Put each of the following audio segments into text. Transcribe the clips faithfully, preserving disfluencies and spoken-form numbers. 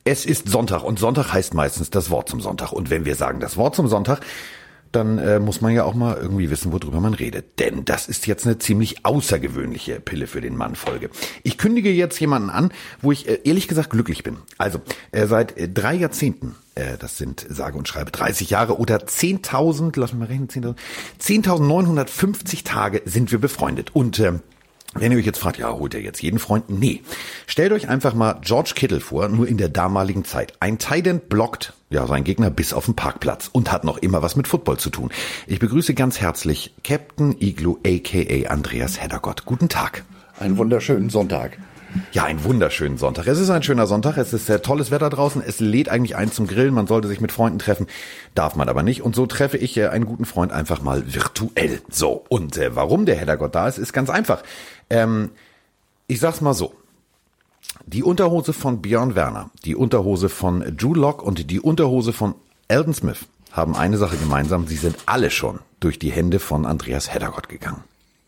Es ist Sonntag und Sonntag heißt meistens das Wort zum Sonntag. Und wenn wir sagen das Wort zum Sonntag, dann äh, muss man ja auch mal irgendwie wissen, worüber man redet. Denn das ist jetzt eine ziemlich außergewöhnliche Pille für den Mann-Folge. Ich kündige jetzt jemanden an, wo ich äh, ehrlich gesagt glücklich bin. Also äh, seit äh, drei Jahrzehnten, äh, das sind sage und schreibe dreißig Jahre oder zehntausend, lass mich mal rechnen, zehntausend, zehntausendneunhundertfünfzig Tage sind wir befreundet. Und äh, wenn ihr euch jetzt fragt, ja, holt ihr jetzt jeden Freund? Nee. Stellt euch einfach mal George Kittle vor, nur in der damaligen Zeit. Ein Tight End blockt ja seinen Gegner bis auf den Parkplatz und hat noch immer was mit Football zu tun. Ich begrüße ganz herzlich Captain Igloo aka Andreas Heddergott. Guten Tag. Einen wunderschönen Sonntag. Ja, einen wunderschönen Sonntag. Es ist ein schöner Sonntag, es ist äh, tolles Wetter draußen, es lädt eigentlich ein zum Grillen, man sollte sich mit Freunden treffen, darf man aber nicht. Und so treffe ich äh, einen guten Freund einfach mal virtuell. So, und äh, warum der Heddergott da ist, ist ganz einfach. Ähm, ich sag's mal so. Die Unterhose von Björn Werner, die Unterhose von Drew Lock und die Unterhose von Aldon Smith haben eine Sache gemeinsam, sie sind alle schon durch die Hände von Andreas Heddergott gegangen.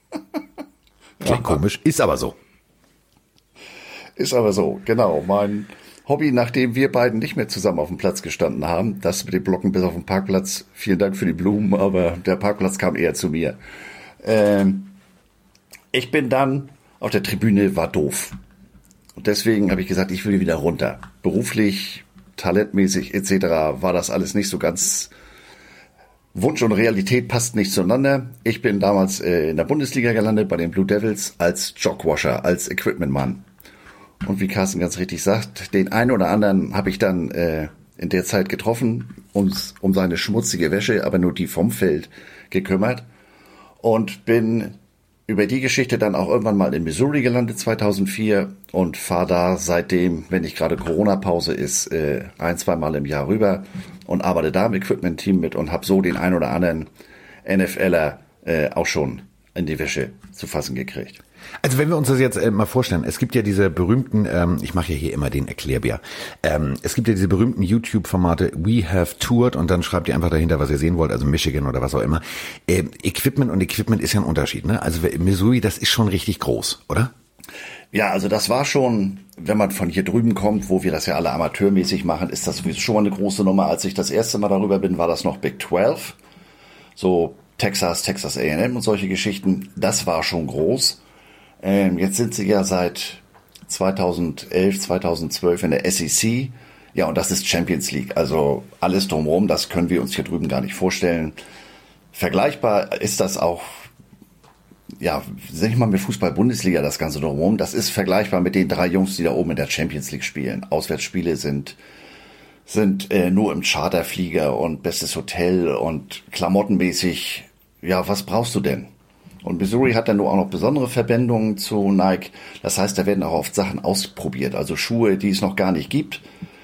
Klingt komisch, ist aber so. Ist aber so, genau. Mein Hobby, nachdem wir beiden nicht mehr zusammen auf dem Platz gestanden haben, das mit dem Blocken bis auf den Parkplatz, vielen Dank für die Blumen, aber der Parkplatz kam eher zu mir. Ähm, ich bin dann auf der Tribüne, war doof. Und deswegen habe ich gesagt, ich will wieder runter. Beruflich, talentmäßig et cetera war das alles nicht so ganz... Wunsch und Realität passt nicht zueinander. Ich bin damals äh, in der Bundesliga gelandet bei den Blue Devils als Jogwasher, als Equipmentmann. Und wie Carsten ganz richtig sagt, den einen oder anderen habe ich dann äh, in der Zeit getroffen, uns um seine schmutzige Wäsche, aber nur die vom Feld gekümmert. Und bin über die Geschichte dann auch irgendwann mal in Missouri gelandet, zweitausendvier. Und fahre da seitdem, wenn nicht gerade Corona-Pause ist, äh, ein, zwei Mal im Jahr rüber und arbeite da im Equipment-Team mit und habe so den einen oder anderen NFLer äh, auch schon in die Wäsche zu fassen gekriegt. Also wenn wir uns das jetzt äh, mal vorstellen, es gibt ja diese berühmten, ähm, ich mache ja hier immer den Erklärbär, ähm, es gibt ja diese berühmten YouTube-Formate, We Have Toured und dann schreibt ihr einfach dahinter, was ihr sehen wollt, also Michigan oder was auch immer. Ähm, Equipment und Equipment ist ja ein Unterschied, ne? Also Missouri, das ist schon richtig groß, oder? Ja, also das war schon, wenn man von hier drüben kommt, wo wir das ja alle amateurmäßig machen, ist das sowieso schon mal eine große Nummer. Als ich das erste Mal darüber bin, war das noch Big zwölf, so Texas, Texas A and M und solche Geschichten, das war schon groß. Ähm, jetzt sind sie ja seit zweitausendelf, zweitausendzwölf in der S E C. Ja, und das ist Champions League. Also alles drumherum, das können wir uns hier drüben gar nicht vorstellen. Vergleichbar ist das auch, ja, sag ich mal, mit Fußball-Bundesliga, das Ganze drumherum. Das ist vergleichbar mit den drei Jungs, die da oben in der Champions League spielen. Auswärtsspiele sind, sind äh, nur im Charterflieger und bestes Hotel und klamottenmäßig. Ja, was brauchst du denn? Und Missouri hat dann nur auch noch besondere Verbindungen zu Nike. Das heißt, da werden auch oft Sachen ausprobiert. Also Schuhe, die es noch gar nicht gibt.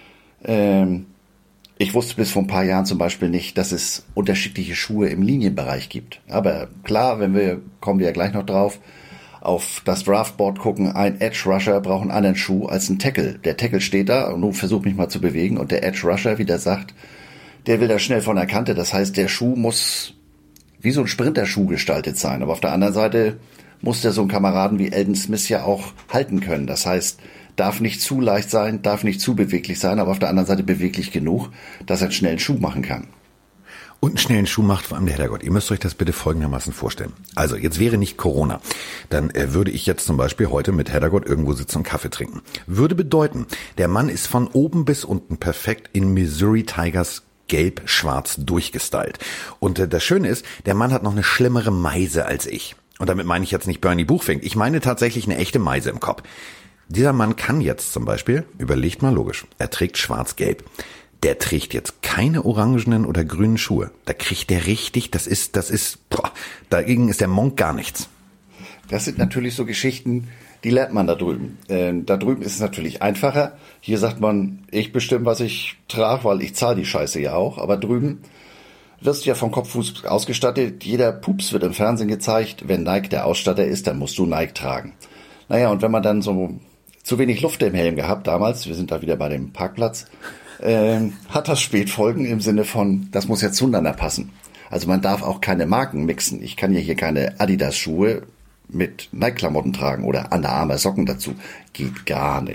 Ähm, ich wusste bis vor ein paar Jahren zum Beispiel nicht, dass es unterschiedliche Schuhe im Linienbereich gibt. Aber klar, wenn wir, kommen wir ja gleich noch drauf, auf das Draftboard gucken, ein Edge Rusher braucht einen anderen Schuh als ein Tackle. Der Tackle steht da und nun versucht mich mal zu bewegen. Und der Edge Rusher, wie der sagt, der will da schnell von der Kante. Das heißt, der Schuh muss wie so ein Sprinterschuh gestaltet sein. Aber auf der anderen Seite muss der so einen Kameraden wie Aldon Smith ja auch halten können. Das heißt, darf nicht zu leicht sein, darf nicht zu beweglich sein, aber auf der anderen Seite beweglich genug, dass er einen schnellen Schuh machen kann. Und einen schnellen Schuh macht vor allem der Heddergott. Ihr müsst euch das bitte folgendermaßen vorstellen. Also jetzt wäre nicht Corona, dann äh, würde ich jetzt zum Beispiel heute mit Heddergott irgendwo sitzen und Kaffee trinken. Würde bedeuten, der Mann ist von oben bis unten perfekt in Missouri Tigers gelb-schwarz durchgestylt. Und äh, das Schöne ist, der Mann hat noch eine schlimmere Meise als ich. Und damit meine ich jetzt nicht Bernie Buchfink. Ich meine tatsächlich eine echte Meise im Kopf. Dieser Mann kann jetzt zum Beispiel, überlegt mal logisch, er trägt schwarz-gelb. Der trägt jetzt keine orangenen oder grünen Schuhe. Da kriegt der richtig, das ist, das ist, boah, dagegen ist der Monk gar nichts. Das sind natürlich so Geschichten, die lernt man da drüben. Ähm, da drüben ist es natürlich einfacher. Hier sagt man, ich bestimme, was ich trage, weil ich zahle die Scheiße ja auch. Aber drüben wirst du ja vom Kopffuß ausgestattet. Jeder Pups wird im Fernsehen gezeigt. Wenn Nike der Ausstatter ist, dann musst du Nike tragen. Naja, und wenn man dann so zu wenig Luft im Helm gehabt damals, wir sind da wieder bei dem Parkplatz, ähm, hat das Spätfolgen im Sinne von, das muss jetzt zueinander passen. Also man darf auch keine Marken mixen. Ich kann ja hier keine Adidas-Schuhe mit Nike-Klamotten tragen oder Under Armour Socken dazu. Geht gar nicht.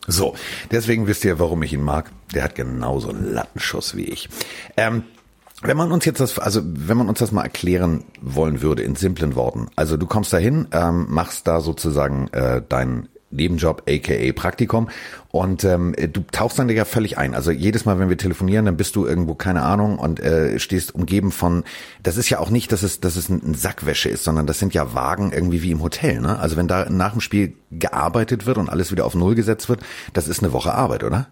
So, deswegen wisst ihr, warum ich ihn mag. Der hat genauso einen Lattenschuss wie ich. Ähm, wenn man uns jetzt das, also wenn man uns das mal erklären wollen würde in simplen Worten. Also du kommst dahin, ähm, machst da sozusagen äh, deinen Nebenjob, aka Praktikum, und ähm, du tauchst dann ja völlig ein. Also jedes Mal, wenn wir telefonieren, dann bist du irgendwo, keine Ahnung, und äh, stehst umgeben von, das ist ja auch nicht, dass es, dass es ein Sackwäsche ist, sondern das sind ja Wagen irgendwie wie im Hotel, ne? Also wenn da nach dem Spiel gearbeitet wird und alles wieder auf Null gesetzt wird, das ist eine Woche Arbeit, oder?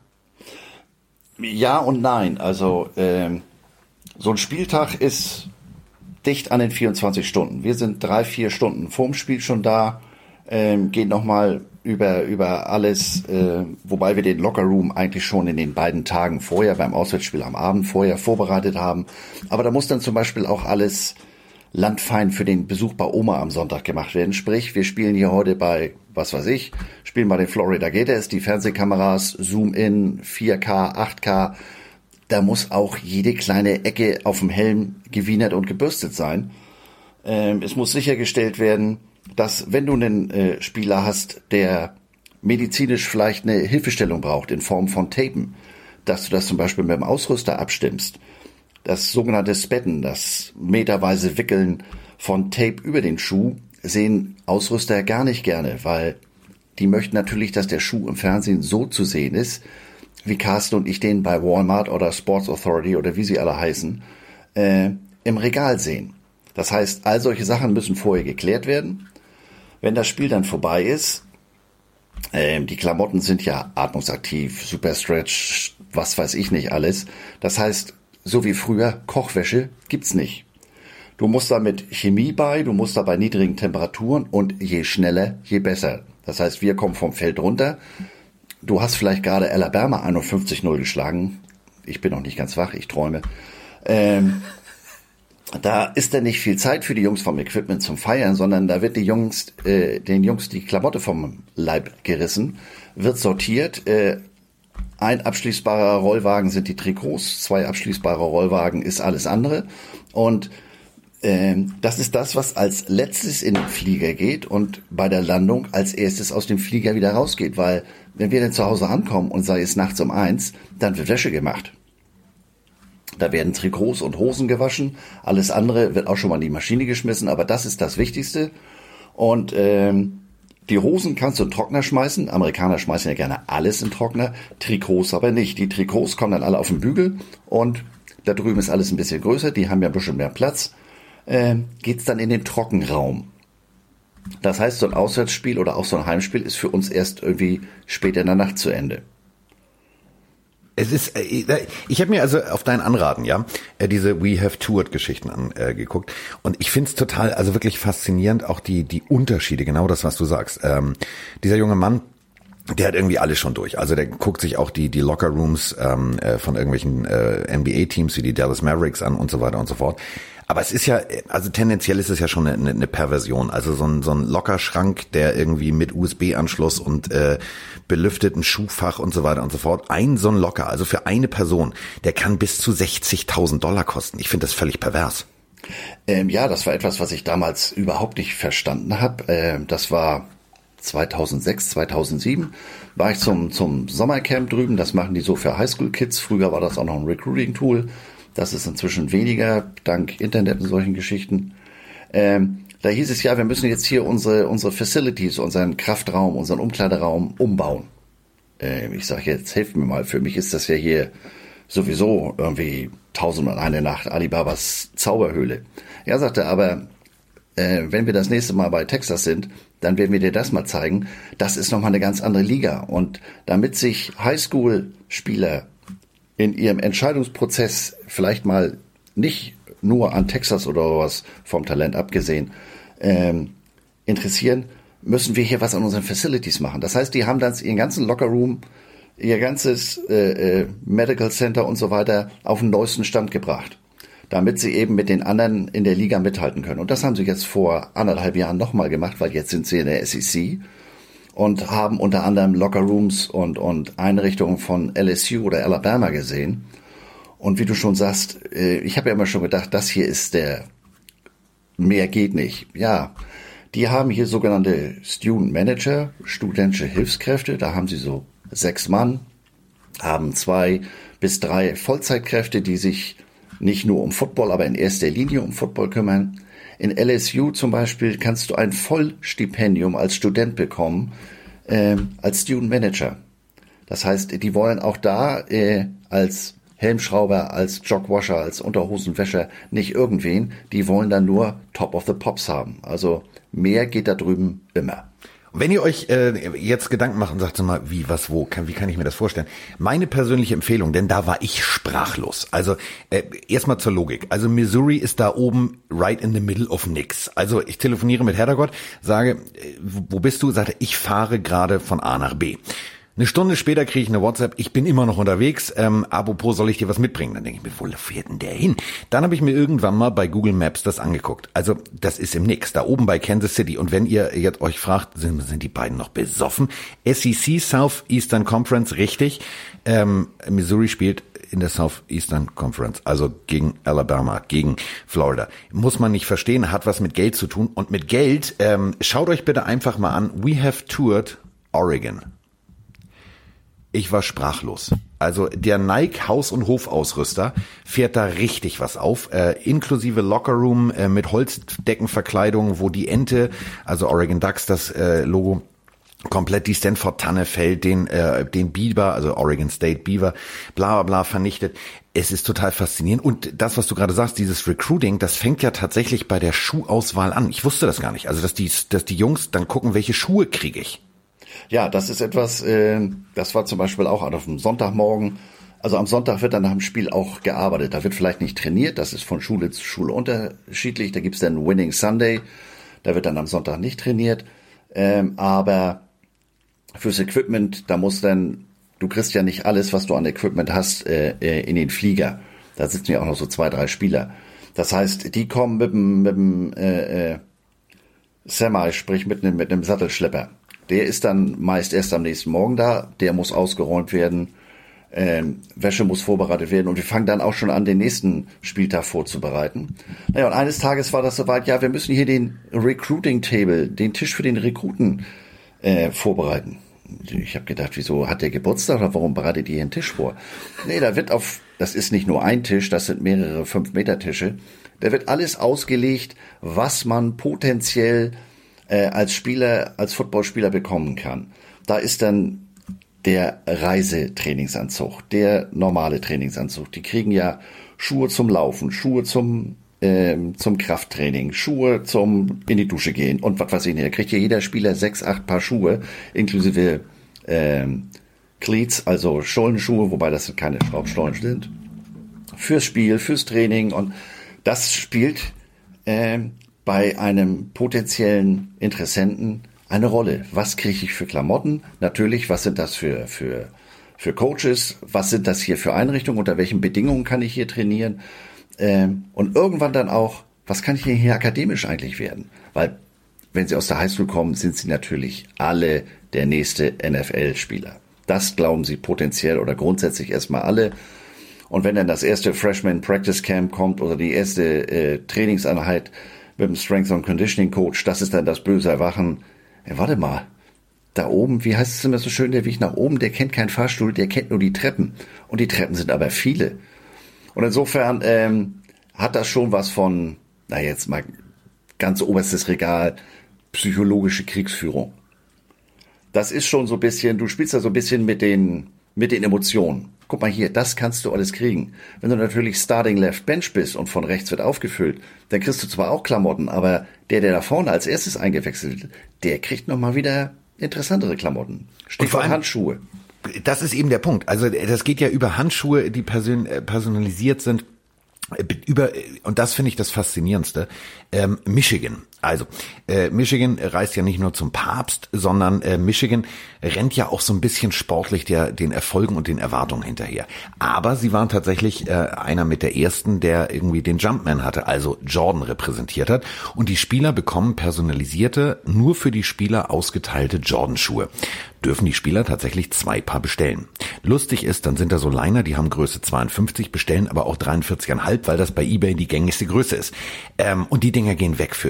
Ja und nein. Also ähm, so ein Spieltag ist dicht an den vierundzwanzig Stunden. Wir sind drei, vier Stunden vorm Spiel schon da, ähm, gehen nochmal über über alles, äh, wobei wir den Lockerroom eigentlich schon in den beiden Tagen vorher, beim Auswärtsspiel am Abend vorher vorbereitet haben. Aber da muss dann zum Beispiel auch alles landfein für den Besuch bei Oma am Sonntag gemacht werden. Sprich, wir spielen hier heute bei, was weiß ich, spielen bei den Florida Gators, die Fernsehkameras, Zoom-In, vier K, acht K. Da muss auch jede kleine Ecke auf dem Helm gewienert und gebürstet sein. Ähm, es muss sichergestellt werden, dass wenn du einen äh, Spieler hast, der medizinisch vielleicht eine Hilfestellung braucht in Form von Tapen, dass du das zum Beispiel mit dem Ausrüster abstimmst. Das sogenannte Spetten, das meterweise Wickeln von Tape über den Schuh, sehen Ausrüster gar nicht gerne, weil die möchten natürlich, dass der Schuh im Fernsehen so zu sehen ist, wie Carsten und ich den bei Walmart oder Sports Authority oder wie sie alle heißen, äh, im Regal sehen. Das heißt, all solche Sachen müssen vorher geklärt werden. Wenn das Spiel dann vorbei ist, äh, die Klamotten sind ja atmungsaktiv, Super Stretch, was weiß ich nicht alles. Das heißt, so wie früher, Kochwäsche gibt's nicht. Du musst da mit Chemie bei, du musst da bei niedrigen Temperaturen und je schneller, je besser. Das heißt, wir kommen vom Feld runter. Du hast vielleicht gerade Alabama einundfünfzig null geschlagen. Ich bin noch nicht ganz wach, ich träume. Ähm, da ist dann nicht viel Zeit für die Jungs vom Equipment zum Feiern, sondern da wird die Jungs, äh, den Jungs die Klamotte vom Leib gerissen, wird sortiert. Äh, ein abschließbarer Rollwagen sind die Trikots, zwei abschließbare Rollwagen ist alles andere. Und ähm, das ist das, was als letztes in den Flieger geht und bei der Landung als erstes aus dem Flieger wieder rausgeht, weil wenn wir dann zu Hause ankommen und sei es nachts um eins, dann wird Wäsche gemacht. Da werden Trikots und Hosen gewaschen, alles andere wird auch schon mal in die Maschine geschmissen, aber das ist das Wichtigste. Und ähm, die Hosen kannst du in den Trockner schmeißen, Amerikaner schmeißen ja gerne alles in den Trockner, Trikots aber nicht. Die Trikots kommen dann alle auf den Bügel und da drüben ist alles ein bisschen größer, die haben ja ein bisschen mehr Platz. Äh, geht's dann in den Trockenraum. Das heißt, so ein Auswärtsspiel oder auch so ein Heimspiel ist für uns erst irgendwie später in der Nacht zu Ende. Es ist, ich habe mir also auf deinen Anraten, ja, diese We Have Toured Geschichten angeguckt und ich find's total, also wirklich faszinierend, auch die die Unterschiede, genau das, was du sagst. Ähm, dieser junge Mann, der hat irgendwie alles schon durch. Also der guckt sich auch die die Lockerrooms ähm, von irgendwelchen äh, N B A-Teams wie die Dallas Mavericks an und so weiter und so fort. Aber es ist ja, also tendenziell ist es ja schon eine, eine Perversion. Also so ein, so ein Lockerschrank, der irgendwie mit U S B-Anschluss und äh, belüfteten Schuhfach und so weiter und so fort. Ein so ein Locker, also für eine Person, der kann bis zu sechzigtausend Dollar kosten. Ich finde das völlig pervers. Ähm, ja, das war etwas, was ich damals überhaupt nicht verstanden habe. Ähm, das war zweitausendsechs, zweitausendsieben war ich zum zum Sommercamp drüben. Das machen die so für Highschool-Kids. Früher war das auch noch ein Recruiting-Tool. Das ist inzwischen weniger, dank Internet und solchen Geschichten. Ähm, da hieß es ja, wir müssen jetzt hier unsere unsere Facilities, unseren Kraftraum, unseren Umkleideraum umbauen. Ähm, ich sage jetzt, helft mir mal, für mich ist das ja hier sowieso irgendwie tausend und eine Nacht Alibabas Zauberhöhle. Ja, sagte er, aber äh, wenn wir das nächste Mal bei Texas sind, dann werden wir dir das mal zeigen. Das ist nochmal eine ganz andere Liga. Und damit sich Highschool-Spieler in ihrem Entscheidungsprozess vielleicht mal nicht nur an Texas oder was vom Talent abgesehen ähm, interessieren, müssen wir hier was an unseren Facilities machen. Das heißt, die haben dann ihren ganzen Lockerroom, ihr ganzes äh, äh, Medical Center und so weiter auf den neuesten Stand gebracht, damit sie eben mit den anderen in der Liga mithalten können. Und das haben sie jetzt vor anderthalb Jahren nochmal gemacht, weil jetzt sind sie in der S E C und haben unter anderem Lockerrooms und, und Einrichtungen von L S U oder Alabama gesehen. Und wie du schon sagst, ich habe ja immer schon gedacht, das hier ist der, mehr geht nicht. Ja, die haben hier sogenannte Student Manager, studentische Hilfskräfte, da haben sie so sechs Mann, haben zwei bis drei Vollzeitkräfte, die sich nicht nur um Football, aber in erster Linie um Football kümmern. In L S U zum Beispiel kannst du ein Vollstipendium als Student bekommen, äh, als Student Manager. Das heißt, die wollen auch da äh, als Helmschrauber, als Jogwasher, als Unterhosenwäscher nicht irgendwen. Die wollen dann nur Top of the Pops haben. Also mehr geht da drüben immer. Wenn ihr euch äh, jetzt Gedanken macht und sagt so mal, wie, was, wo, kann, wie kann ich mir das vorstellen? Meine persönliche Empfehlung, denn da war ich sprachlos. Also äh, erstmal zur Logik. Also Missouri ist da oben right in the middle of nix. Also ich telefoniere mit Herrgott, sage, äh, wo bist du? Sagte, ich fahre gerade von A nach B. Eine Stunde später kriege ich eine WhatsApp, ich bin immer noch unterwegs, ähm, apropos, soll ich dir was mitbringen? Dann denke ich mir, wo fährt denn der hin? Dann habe ich mir irgendwann mal bei Google Maps das angeguckt. Also das ist im Nix, da oben bei Kansas City. Und wenn ihr jetzt euch fragt, sind, sind die beiden noch besoffen? S E C, Southeastern Conference, richtig. Ähm, Missouri spielt in der Southeastern Conference, also gegen Alabama, gegen Florida. Muss man nicht verstehen, hat was mit Geld zu tun. Und mit Geld, ähm, schaut euch bitte einfach mal an, we have toured Oregon. Ich war sprachlos. Also der Nike Haus- und Hofausrüster fährt da richtig was auf, äh, inklusive Lockerroom äh, mit Holzdeckenverkleidung, wo die Ente, also Oregon Ducks, das äh, Logo, komplett die Stanford-Tanne fällt, den äh, den Beaver, also Oregon State Beaver, bla bla bla vernichtet. Es ist total faszinierend. Und das, was du gerade sagst, dieses Recruiting, das fängt ja tatsächlich bei der Schuhauswahl an. Ich wusste das gar nicht. Also dass die, dass die Jungs dann gucken, welche Schuhe kriege ich. Ja, das ist etwas, äh, das war zum Beispiel auch auf dem Sonntagmorgen. Also am Sonntag wird dann nach dem Spiel auch gearbeitet. Da wird vielleicht nicht trainiert, das ist von Schule zu Schule unterschiedlich. Da gibt's dann Winning Sunday, da wird dann am Sonntag nicht trainiert. Ähm, aber fürs Equipment, da muss dann, du kriegst ja nicht alles, was du an Equipment hast, äh, in den Flieger. Da sitzen ja auch noch so zwei, drei Spieler. Das heißt, die kommen mit dem, mit dem äh, äh, Semi, sprich mit einem, mit einem Sattelschlepper. Der ist dann meist erst am nächsten Morgen da, der muss ausgeräumt werden, ähm, Wäsche muss vorbereitet werden und wir fangen dann auch schon an, den nächsten Spieltag vorzubereiten. Naja, und eines Tages war das soweit, ja, wir müssen hier den Recruiting Table, den Tisch für den Rekruten äh, vorbereiten. Ich habe gedacht, wieso hat der Geburtstag oder warum bereitet ihr hier einen Tisch vor? Nee, da wird auf, das ist nicht nur ein Tisch, das sind mehrere fünf Meter Tische, da wird alles ausgelegt, was man potenziell als Spieler, als Footballspieler bekommen kann. Da ist dann der Reisetrainingsanzug, der normale Trainingsanzug. Die kriegen ja Schuhe zum Laufen, Schuhe zum ähm, zum Krafttraining, Schuhe zum in die Dusche gehen und was weiß ich nicht. Da kriegt ja jeder Spieler sechs, acht Paar Schuhe, inklusive ähm, Cleats, also Stollenschuhe, wobei das keine Schraubstollen sind, fürs Spiel, fürs Training. Und das spielt ähm, bei einem potenziellen Interessenten eine Rolle. Was kriege ich für Klamotten? Natürlich, was sind das für, für, für Coaches? Was sind das hier für Einrichtungen? Unter welchen Bedingungen kann ich hier trainieren? Ähm, und irgendwann dann auch, was kann ich hier akademisch eigentlich werden? Weil, wenn sie aus der Highschool kommen, sind sie natürlich alle der nächste N F L-Spieler. Das glauben sie potenziell oder grundsätzlich erstmal alle. Und wenn dann das erste Freshman Practice Camp kommt oder die erste äh, Trainingseinheit mit dem Strength and Conditioning Coach, das ist dann das böse Erwachen. Ja, warte mal, da oben, wie heißt es immer so schön, der Weg nach oben, der kennt keinen Fahrstuhl, der kennt nur die Treppen. Und die Treppen sind aber viele. Und insofern ähm, hat das schon was von, na jetzt mal ganz oberstes Regal, psychologische Kriegsführung. Das ist schon so ein bisschen, du spielst da so ein bisschen mit den, mit den Emotionen. Guck mal hier, das kannst du alles kriegen. Wenn du natürlich Starting Left Bench bist und von rechts wird aufgefüllt, dann kriegst du zwar auch Klamotten, aber der, der da vorne als erstes eingewechselt wird, der kriegt nochmal wieder interessantere Klamotten. Stichwort Handschuhe. Das ist eben der Punkt. Also das geht ja über Handschuhe, die person, personalisiert sind. Über, und das finde ich das Faszinierendste, ähm, Michigan. Also, äh, Michigan reist ja nicht nur zum Papst, sondern äh, Michigan rennt ja auch so ein bisschen sportlich der, den Erfolgen und den Erwartungen hinterher. Aber sie waren tatsächlich äh, einer mit der ersten, der irgendwie den Jumpman hatte, also Jordan repräsentiert hat. Und die Spieler bekommen personalisierte, nur für die Spieler ausgeteilte Jordan-Schuhe. Dürfen die Spieler tatsächlich zwei Paar bestellen. Lustig ist, dann sind da so Liner, die haben Größe zweiundfünfzig, bestellen aber auch dreiundvierzig Komma fünf, weil das bei eBay die gängigste Größe ist. Ähm, und die Dinger gehen weg für für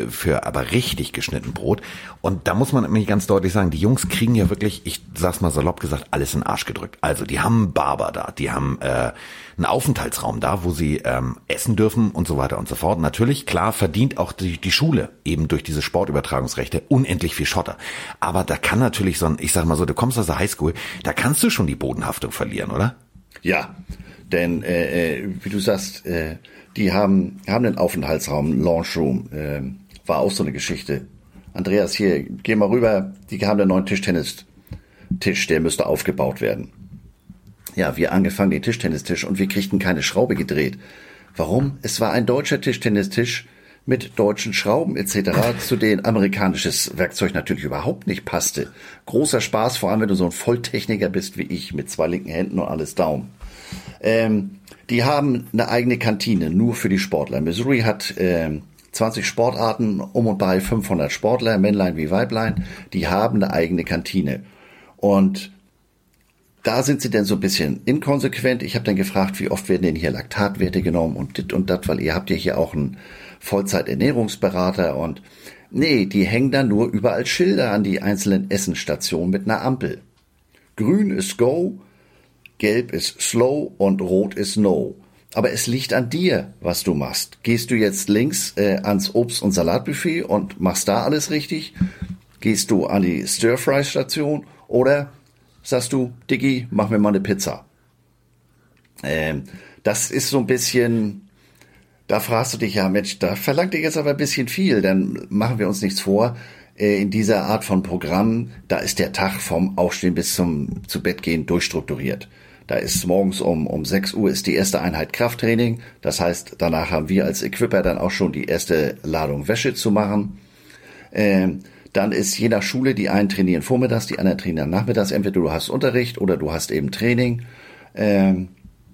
aber aber richtig geschnitten Brot. Und da muss man nämlich ganz deutlich sagen, die Jungs kriegen ja wirklich, ich sag's mal salopp gesagt, alles in den Arsch gedrückt. Also die haben einen Barber da, die haben äh, einen Aufenthaltsraum da, wo sie ähm, essen dürfen und so weiter und so fort. Natürlich, klar, verdient auch die, die Schule eben durch diese Sportübertragungsrechte unendlich viel Schotter. Aber da kann natürlich so ein, ich sag mal so, du kommst aus der Highschool, da kannst du schon die Bodenhaftung verlieren, oder? Ja, denn äh, äh, wie du sagst, äh, die haben haben einen Aufenthaltsraum, Lounge-Room, äh, war auch so eine Geschichte. Andreas, hier, geh mal rüber, die haben einen neuen Tischtennistisch, der müsste aufgebaut werden. Ja, wir angefangen den Tischtennistisch und wir kriegten keine Schraube gedreht. Warum? Es war ein deutscher Tischtennistisch mit deutschen Schrauben et cetera, zu denen amerikanisches Werkzeug natürlich überhaupt nicht passte. Großer Spaß, vor allem wenn du so ein Volltechniker bist wie ich, mit zwei linken Händen und alles Daumen. Ähm, die haben eine eigene Kantine, nur für die Sportler. Missouri hat ähm, zwanzig Sportarten, um und bei fünfhundert Sportler, Männlein wie Weiblein. Die haben eine eigene Kantine. Und da sind sie dann so ein bisschen inkonsequent. Ich habe dann gefragt, wie oft werden denn hier Laktatwerte genommen und dit und dat, weil ihr habt ja hier auch einen Vollzeiternährungsberater und nee, die hängen da nur überall Schilder an die einzelnen Essenstationen mit einer Ampel. Grün ist Go, Gelb ist Slow und Rot ist No. Aber es liegt an dir, was du machst. Gehst du jetzt links äh, ans Obst- und Salatbuffet und machst da alles richtig? Gehst du an die Stir-Fry-Station oder sagst du, Diggi, mach mir mal eine Pizza? Ähm, das ist so ein bisschen, da fragst du dich, ja Mensch, da verlangt ihr jetzt aber ein bisschen viel, dann machen wir uns nichts vor. Äh, in dieser Art von Programm, da ist der Tag vom Aufstehen bis zum zu Bett gehen durchstrukturiert. Da ist morgens um, um sechs Uhr ist die erste Einheit Krafttraining. Das heißt, danach haben wir als Equipper dann auch schon die erste Ladung Wäsche zu machen. Ähm, dann ist je nach Schule, die einen trainieren vormittags, die anderen trainieren nachmittags. Entweder du hast Unterricht oder du hast eben Training. Ähm,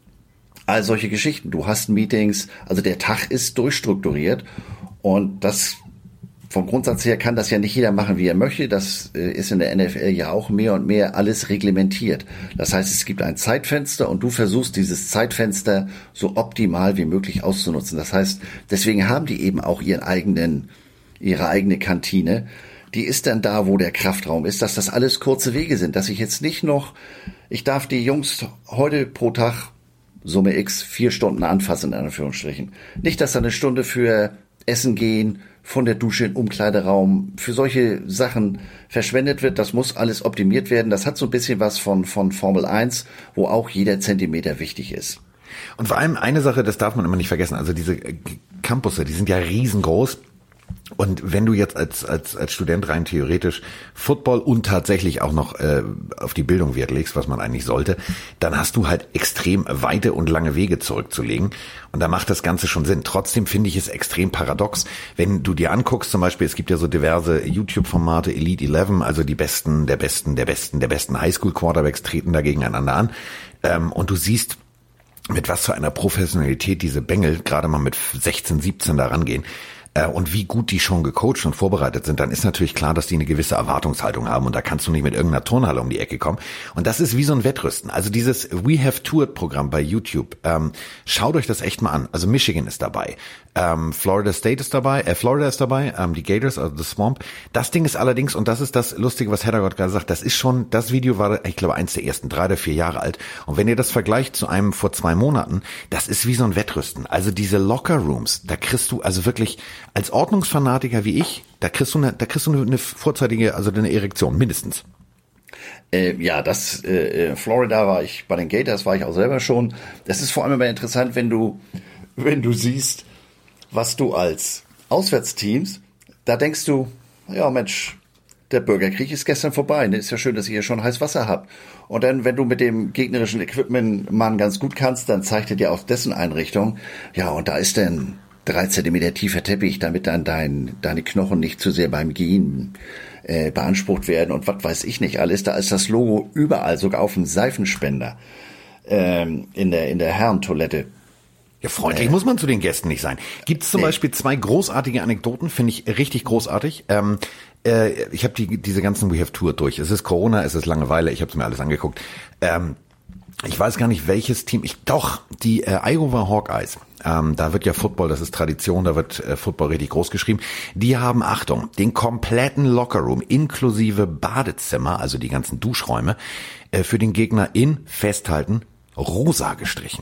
all solche Geschichten. Du hast Meetings. Also der Tag ist durchstrukturiert. Und das vom Grundsatz her kann das ja nicht jeder machen, wie er möchte. Das äh, ist in der N F L ja auch mehr und mehr alles reglementiert. Das heißt, es gibt ein Zeitfenster und du versuchst, dieses Zeitfenster so optimal wie möglich auszunutzen. Das heißt, deswegen haben die eben auch ihren eigenen, ihre eigene Kantine. Die ist dann da, wo der Kraftraum ist, dass das alles kurze Wege sind. Dass ich jetzt nicht noch, ich darf die Jungs heute pro Tag Summe X vier Stunden anfassen, in Anführungsstrichen. Nicht, dass da eine Stunde für Essen gehen, von der Dusche in den Umkleideraum, für solche Sachen verschwendet wird. Das muss alles optimiert werden. Das hat so ein bisschen was von, von Formel eins, wo auch jeder Zentimeter wichtig ist. Und vor allem eine Sache, das darf man immer nicht vergessen, also diese Campusse, die sind ja riesengroß. Und wenn du jetzt als als als Student rein theoretisch Football und tatsächlich auch noch äh, auf die Bildung Wert legst, was man eigentlich sollte, dann hast du halt extrem weite und lange Wege zurückzulegen. Und da macht das Ganze schon Sinn. Trotzdem finde ich es extrem paradox, wenn du dir anguckst, zum Beispiel, es gibt ja so diverse YouTube-Formate, Elite elf, also die Besten, der Besten, der Besten, der besten Highschool-Quarterbacks treten da gegeneinander an. Ähm, und du siehst, mit was für einer Professionalität diese Bengel gerade mal mit sechzehn, siebzehn da rangehen. Und wie gut die schon gecoacht und vorbereitet sind, dann ist natürlich klar, dass die eine gewisse Erwartungshaltung haben und da kannst du nicht mit irgendeiner Turnhalle um die Ecke kommen. Und das ist wie so ein Wettrüsten. Also dieses We Have Toured Programm bei YouTube, ähm, schaut euch das echt mal an. Also Michigan ist dabei, ähm, Florida State ist dabei, äh, Florida ist dabei, ähm, die Gators, also The Swamp. Das Ding ist allerdings, und das ist das Lustige, was Heddergott gerade sagt, das ist schon, das Video war, ich glaube, eins der ersten, drei oder vier Jahre alt. Und wenn ihr das vergleicht zu einem vor zwei Monaten, das ist wie so ein Wettrüsten. Also diese Locker Rooms, da kriegst du also wirklich als Ordnungsfanatiker wie ich, da kriegst du eine, da kriegst du eine, eine vorzeitige, also eine Erektion, mindestens. Äh, ja, das, äh, Florida war ich, bei den Gators war ich auch selber schon. Das ist vor allem immer interessant, wenn du, wenn du siehst, was du als Auswärtsteams, da denkst du, ja Mensch, der Bürgerkrieg ist gestern vorbei, ne? Ist ja schön, dass ihr hier schon heiß Wasser habt. Und dann, wenn du mit dem gegnerischen Equipment-Mann ganz gut kannst, dann zeigt er dir auch dessen Einrichtung. Ja, und da ist dann drei Zentimeter tiefer Teppich, damit dann dein, deine Knochen nicht zu sehr beim Gehen äh, beansprucht werden und was weiß ich nicht alles. Da ist das Logo überall, sogar auf dem Seifenspender ähm, in der in der Herrentoilette. Ja, freundlich äh, muss man zu den Gästen nicht sein. Gibt es zum nee. Beispiel zwei großartige Anekdoten, finde ich richtig großartig. Ähm, äh, ich habe die diese ganzen We Have Tour durch. Es ist Corona, es ist Langeweile, ich habe es mir alles angeguckt. Ähm, ich weiß gar nicht, welches Team, ich doch, die äh, Iowa Hawkeyes, ähm, da wird ja Football, das ist Tradition, da wird äh, Football richtig groß geschrieben, die haben, Achtung, den kompletten Lockerroom inklusive Badezimmer, also die ganzen Duschräume, äh, für den Gegner in, festhalten, rosa gestrichen.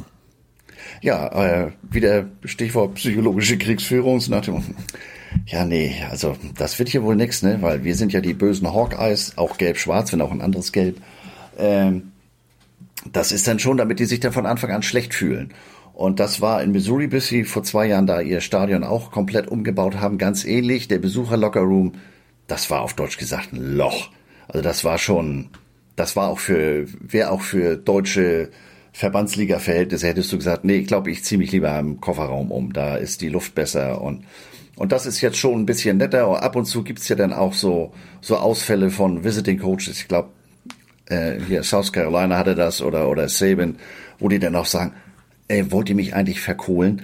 Ja, äh, wieder Stichwort psychologische Kriegsführung. Nach dem, ja, nee, also das wird hier wohl nix, ne, weil wir sind ja die bösen Hawkeyes, auch gelb-schwarz, wenn auch ein anderes Gelb. Ähm, das ist dann schon, damit die sich dann von Anfang an schlecht fühlen. Und das war in Missouri, bis sie vor zwei Jahren da ihr Stadion auch komplett umgebaut haben, ganz ähnlich. Der Besucher-Lockerroom, das war auf Deutsch gesagt ein Loch. Also das war schon, das war auch für, wäre auch für deutsche Verbandsliga-Verhältnisse, hättest du gesagt, nee, ich glaube, ich ziehe mich lieber im Kofferraum um, da ist die Luft besser. Und und das ist jetzt schon ein bisschen netter. Und ab und zu gibt's ja dann auch so so Ausfälle von Visiting Coaches. Ich glaube, äh, hier South Carolina hatte das oder oder Saban, wo die dann auch sagen, ey, wollt ihr mich eigentlich verkohlen?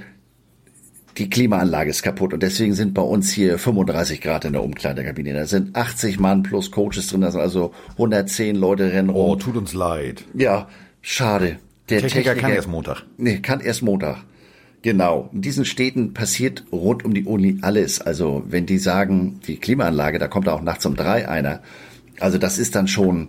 Die Klimaanlage ist kaputt und deswegen sind bei uns hier fünfunddreißig Grad in der Umkleidekabine. Da sind achtzig Mann plus Coaches drin, da sind also hundertzehn Leute rennen rum. Oh, tut uns leid. Ja, schade. Der Techniker, Techniker kann erst Montag. Nee, kann erst Montag. Genau. In diesen Städten passiert rund um die Uni alles. Also wenn die sagen, die Klimaanlage, da kommt auch nachts um drei einer. Also das ist dann schon,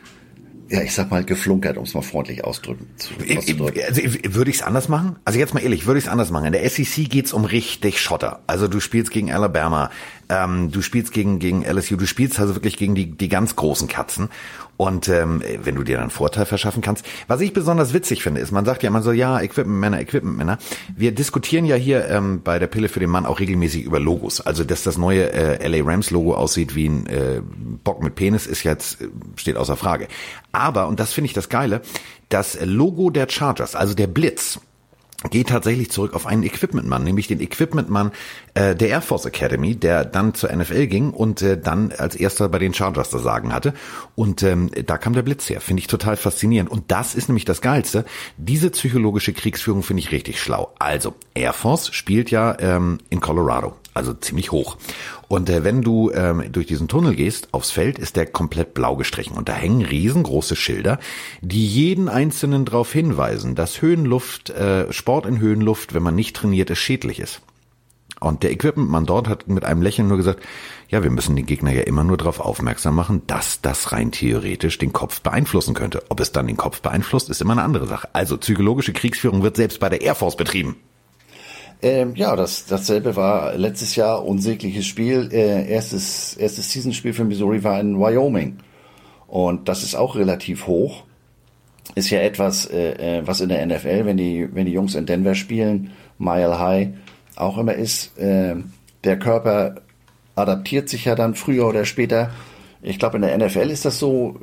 ja, ich sag mal, geflunkert, um es mal freundlich auszudrücken. auszudrücken. Also, würde ich es anders machen? Also jetzt mal ehrlich, würde ich es anders machen? In der S E C geht's um richtig Schotter. Also du spielst gegen Alabama, ähm, du spielst gegen gegen L S U, du spielst also wirklich gegen die die ganz großen Katzen. Und ähm, wenn du dir dann einen Vorteil verschaffen kannst. Was ich besonders witzig finde, ist, man sagt ja immer so, ja, Equipment-Männer, Equipment-Männer. Wir diskutieren ja hier ähm, bei der Pille für den Mann auch regelmäßig über Logos. Also, dass das neue äh, L A Rams-Logo aussieht wie ein äh, Bock mit Penis, ist jetzt, steht außer Frage. Aber, und das finde ich das Geile, das Logo der Chargers, also der Blitz, geht tatsächlich zurück auf einen Equipment-Mann, nämlich den Equipment-Mann äh, der Air Force Academy, der dann zur N F L ging und äh, dann als erster bei den Chargers das Sagen hatte. Und ähm, da kam der Blitz her. Finde ich total faszinierend. Und das ist nämlich das Geilste. Diese psychologische Kriegsführung finde ich richtig schlau. Also, Air Force spielt ja ähm, in Colorado, also ziemlich hoch. Und äh, wenn du ähm, durch diesen Tunnel gehst, aufs Feld, ist der komplett blau gestrichen. Und da hängen riesengroße Schilder, die jeden Einzelnen darauf hinweisen, dass Höhenluft, äh, Sport in Höhenluft, wenn man nicht trainiert ist, schädlich ist. Und der Equipment-Mann dort hat mit einem Lächeln nur gesagt, ja, wir müssen den Gegner ja immer nur darauf aufmerksam machen, dass das rein theoretisch den Kopf beeinflussen könnte. Ob es dann den Kopf beeinflusst, ist immer eine andere Sache. Also psychologische Kriegsführung wird selbst bei der Air Force betrieben. Ähm, ja, das dasselbe war letztes Jahr unsägliches Spiel. Äh, erstes erstes Seasonspiel für Missouri war in Wyoming. Und das ist auch relativ hoch. Ist ja etwas, äh, was in der N F L, wenn die wenn die Jungs in Denver spielen, Mile High, auch immer ist. Äh, der Körper adaptiert sich ja dann früher oder später. Ich glaube, in der N F L ist das so,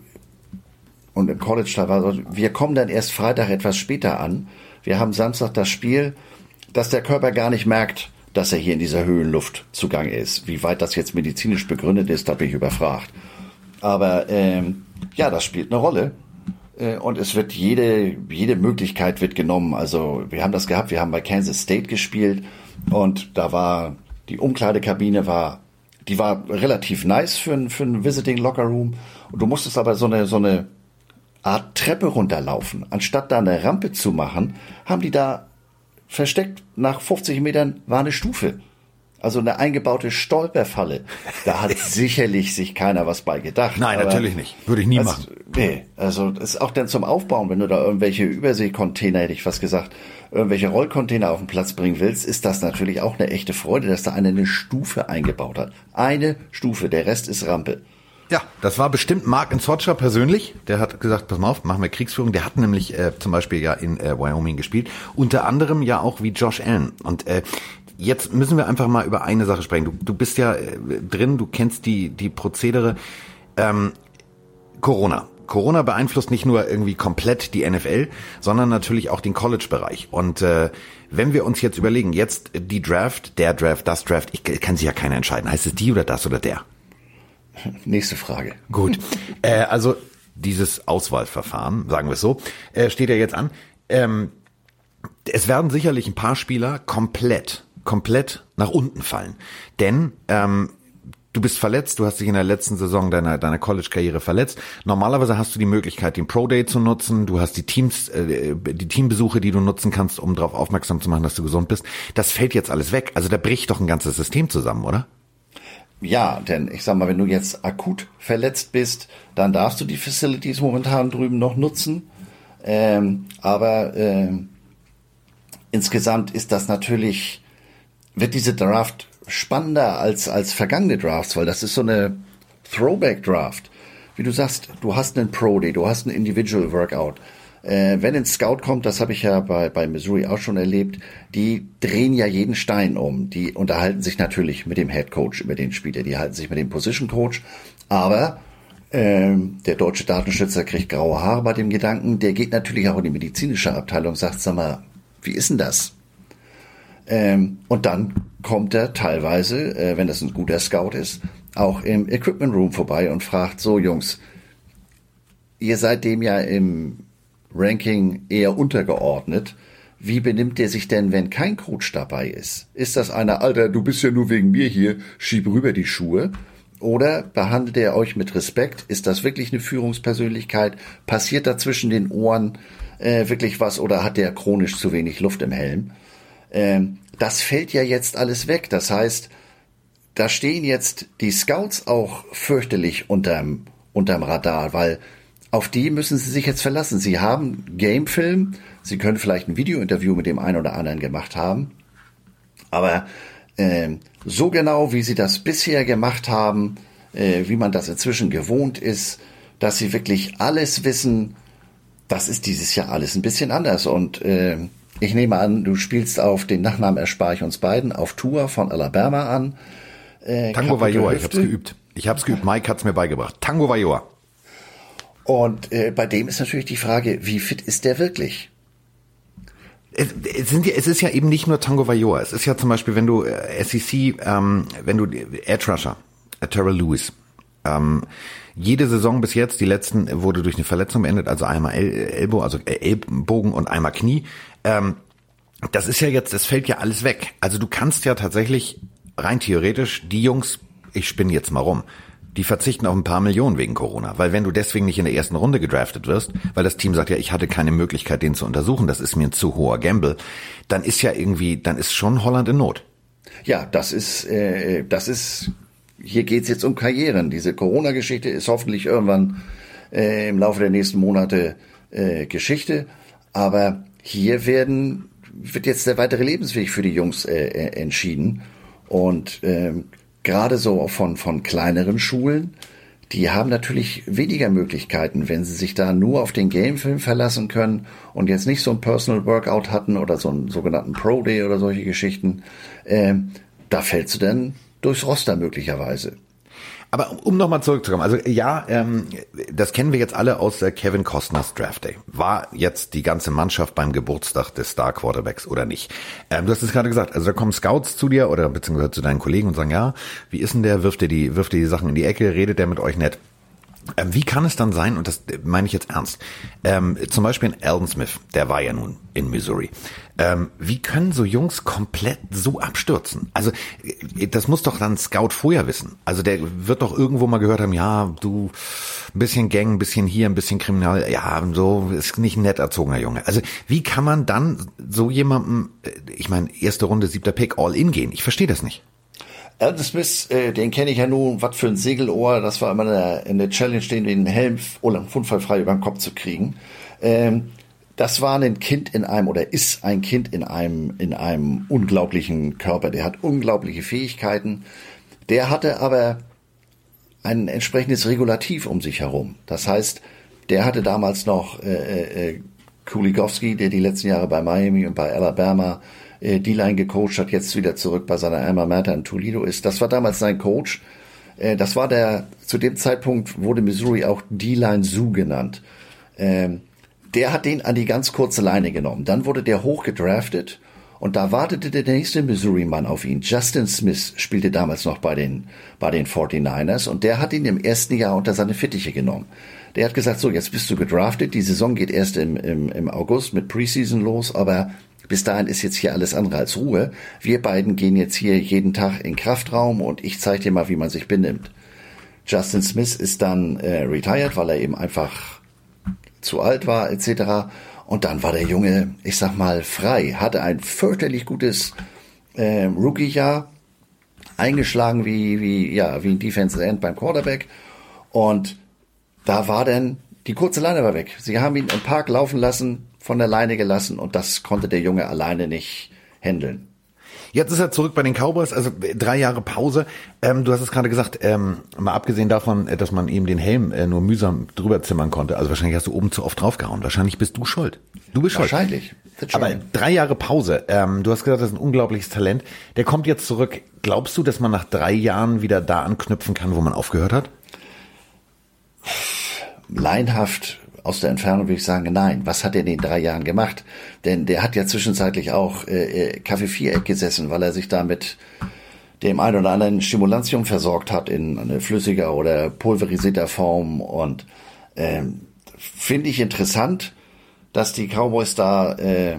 und im College da war, wir kommen dann erst Freitag etwas später an. Wir haben Samstag das Spiel, dass der Körper gar nicht merkt, dass er hier in dieser Höhenluft zugange ist. Wie weit das jetzt medizinisch begründet ist, da bin ich überfragt. Aber ähm, ja, das spielt eine Rolle. Äh, und es wird jede jede Möglichkeit wird genommen. Also wir haben das gehabt, wir haben bei Kansas State gespielt und da war die Umkleidekabine war die war relativ nice für ein für ein Visiting Locker Room. Und du musstest aber so eine so eine Art Treppe runterlaufen. Anstatt da eine Rampe zu machen, haben die da versteckt, nach fünfzig Metern war eine Stufe. Also eine eingebaute Stolperfalle. Da hat sicherlich sich keiner was bei gedacht. Nein, natürlich nicht. Würde ich nie also, machen. Nee, also das ist auch dann zum Aufbauen, wenn du da irgendwelche Überseekontainer, hätte ich fast gesagt, irgendwelche Rollcontainer auf den Platz bringen willst, ist das natürlich auch eine echte Freude, dass da einer eine Stufe eingebaut hat. Eine Stufe, der Rest ist Rampe. Ja, das war bestimmt Mark Nsocha persönlich. Der hat gesagt, pass mal auf, machen wir Kriegsführung. Der hat nämlich äh, zum Beispiel ja in äh, Wyoming gespielt. Unter anderem ja auch wie Josh Allen. Und äh, jetzt müssen wir einfach mal über eine Sache sprechen. Du, du bist ja äh, drin, du kennst die die Prozedere. Ähm, Corona. Corona beeinflusst nicht nur irgendwie komplett die N F L, sondern natürlich auch den College-Bereich. Und äh, wenn wir uns jetzt überlegen, jetzt die Draft, der Draft, das Draft, ich kann sich ja keiner entscheiden. Heißt es die oder das oder der? Nächste Frage. Gut. Äh, also dieses Auswahlverfahren, sagen wir es so, äh, steht ja jetzt an. Ähm, es werden sicherlich ein paar Spieler komplett, komplett nach unten fallen. Denn ähm, Du bist verletzt, du hast dich in der letzten Saison deiner deiner College-Karriere verletzt. Normalerweise hast du die Möglichkeit, den Pro Day zu nutzen. Du hast die Teams, äh, die Teambesuche, die du nutzen kannst, um darauf aufmerksam zu machen, dass du gesund bist. Das fällt jetzt alles weg. Also da bricht doch ein ganzes System zusammen, oder? Ja, denn ich sag mal, wenn du jetzt akut verletzt bist, dann darfst du die Facilities momentan drüben noch nutzen. Ähm, aber äh, insgesamt ist das natürlich, wird diese Draft spannender als als vergangene Drafts, weil das ist so eine Throwback-Draft. Wie du sagst, du hast einen Pro-Day, du hast einen Individual-Workout. Äh, wenn ein Scout kommt, das habe ich ja bei bei Missouri auch schon erlebt, die drehen ja jeden Stein um. Die unterhalten sich natürlich mit dem Head Coach über den Spieler, die halten sich mit dem Position Coach, aber ähm, der deutsche Datenschützer kriegt graue Haare bei dem Gedanken, der geht natürlich auch in die medizinische Abteilung, sagt, sag mal, wie ist denn das? Ähm, und dann kommt er teilweise, äh, wenn das ein guter Scout ist, auch im Equipment Room vorbei und fragt, so Jungs, ihr seid dem ja im Ranking eher untergeordnet. Wie benimmt der sich denn, wenn kein Coach dabei ist? Ist das einer, Alter, du bist ja nur wegen mir hier, schieb rüber die Schuhe? Oder behandelt er euch mit Respekt? Ist das wirklich eine Führungspersönlichkeit? Passiert da zwischen den Ohren äh, wirklich was oder hat der chronisch zu wenig Luft im Helm? Ähm, das fällt ja jetzt alles weg. Das heißt, da stehen jetzt die Scouts auch fürchterlich unterm, unterm Radar, weil auf die müssen sie sich jetzt verlassen. Sie haben Gamefilm, sie können vielleicht ein Videointerview mit dem einen oder anderen gemacht haben, aber äh, so genau, wie sie das bisher gemacht haben, äh, wie man das inzwischen gewohnt ist, dass sie wirklich alles wissen, das ist dieses Jahr alles ein bisschen anders. Und äh, ich nehme an, du spielst auf den Nachnamen erspare ich uns beiden, auf Tua von Alabama an. Äh, Tango Vailoa, ich hab's geübt. Ich hab's geübt, Mike hat's mir beigebracht. Tango Vailoa. Und äh, bei dem ist natürlich die Frage, wie fit ist der wirklich? Es, es, sind ja, es ist ja eben nicht nur Tango Vailoa. Es ist ja zum Beispiel, wenn du äh, S E C, ähm, wenn du Edge Rusher, äh, Terrell Lewis, ähm, jede Saison bis jetzt, die letzten wurde durch eine Verletzung beendet, also einmal El Elbow, also Ellbogen und einmal Knie. Ähm, das ist ja jetzt, das fällt ja alles weg. Also du kannst ja tatsächlich rein theoretisch die Jungs, ich spinne jetzt mal rum, die verzichten auf ein paar Millionen wegen Corona. Weil wenn du deswegen nicht in der ersten Runde gedraftet wirst, weil das Team sagt, ja, ich hatte keine Möglichkeit, den zu untersuchen, das ist mir ein zu hoher Gamble, dann ist ja irgendwie, dann ist schon Holland in Not. Ja, das ist, äh, das ist, hier geht's jetzt um Karrieren. Diese Corona-Geschichte ist hoffentlich irgendwann äh, im Laufe der nächsten Monate äh, Geschichte. Aber hier werden, wird jetzt der weitere Lebensweg für die Jungs äh, entschieden. Und ähm, gerade so von, von kleineren Schulen, die haben natürlich weniger Möglichkeiten, wenn sie sich da nur auf den Gamefilm verlassen können und jetzt nicht so ein Personal Workout hatten oder so einen sogenannten Pro Day oder solche Geschichten. Ähm, da fällst du dann durchs Roster möglicherweise. Aber um nochmal zurückzukommen, also ja, ähm, das kennen wir jetzt alle aus äh, Kevin Costners Draft Day. War jetzt die ganze Mannschaft beim Geburtstag des Star Quarterbacks oder nicht? Ähm, du hast es gerade gesagt, also da kommen Scouts zu dir oder beziehungsweise zu deinen Kollegen und sagen, ja, wie ist denn der, wirft dir die, wirft dir die Sachen in die Ecke, redet der mit euch nett? Ähm, wie kann es dann sein, und das meine ich jetzt ernst, ähm, zum Beispiel ein Aldon Smith, der war ja nun in Missouri. Ähm, wie können so Jungs komplett so abstürzen? Also das muss doch dann ein Scout vorher wissen. Also der wird doch irgendwo mal gehört haben, ja, du, ein bisschen Gang, ein bisschen hier, ein bisschen kriminal, ja, so ist nicht ein nett erzogener Junge. Also wie kann man dann so jemandem, ich meine, erste Runde, siebter Pick, all in gehen? Ich verstehe das nicht. Aldon Smith, äh, den kenne ich ja nun, was für ein Segelohr, das war immer eine, eine Challenge, den, den Helm unfallfrei über den Kopf zu kriegen. Ähm, das war ein Kind in einem, oder ist ein Kind in einem, in einem unglaublichen Körper. Der hat unglaubliche Fähigkeiten. Der hatte aber ein entsprechendes Regulativ um sich herum. Das heißt, der hatte damals noch äh, äh, Kuligowski, der die letzten Jahre bei Miami und bei Alabama äh, D-Line gecoacht hat, jetzt wieder zurück bei seiner Alma Mater in Toledo ist. Das war damals sein Coach. Äh, das war der, zu dem Zeitpunkt wurde Missouri auch D-Line Zoo genannt. Ähm, der hat den an die ganz kurze Leine genommen. Dann wurde der hochgedraftet und da wartete der nächste Missouri-Mann auf ihn. Justin Smith spielte damals noch bei den, bei den forty-niners und der hat ihn im ersten Jahr unter seine Fittiche genommen. Der hat gesagt, so, jetzt bist du gedraftet, die Saison geht erst im, im, im August mit Preseason los, aber bis dahin ist jetzt hier alles andere als Ruhe. Wir beiden gehen jetzt hier jeden Tag in den Kraftraum und ich zeige dir mal, wie man sich benimmt. Justin Smith ist dann äh, retired, weil er eben einfach zu alt war, et cetera. Und dann war der Junge, ich sag mal, frei, hatte ein fürchterlich gutes äh, Rookie-Jahr, eingeschlagen wie, wie, ja, wie ein Defensive End beim Quarterback. Und da war dann, die kurze Leine war weg. Sie haben ihn im Park laufen lassen, von der Leine gelassen und das konnte der Junge alleine nicht handeln. Jetzt ist er zurück bei den Cowboys, also drei Jahre Pause. Ähm, du hast es gerade gesagt, ähm, mal abgesehen davon, dass man ihm den Helm äh, nur mühsam drüber zimmern konnte. Also wahrscheinlich hast du oben zu oft draufgehauen. Wahrscheinlich bist du schuld. Du bist schuld. Wahrscheinlich. Aber drei Jahre Pause. Ähm, du hast gesagt, das ist ein unglaubliches Talent. Der kommt jetzt zurück. Glaubst du, dass man nach drei Jahren wieder da anknüpfen kann, wo man aufgehört hat? Laienhaft aus der Entfernung würde ich sagen, nein. Was hat er in den drei Jahren gemacht? Denn der hat ja zwischenzeitlich auch äh, Kaffee-Viereck gesessen, weil er sich da mit dem ein oder anderen Stimulantium versorgt hat in eine flüssiger oder pulverisierter Form. Und ähm, finde ich interessant, dass die Cowboys da äh,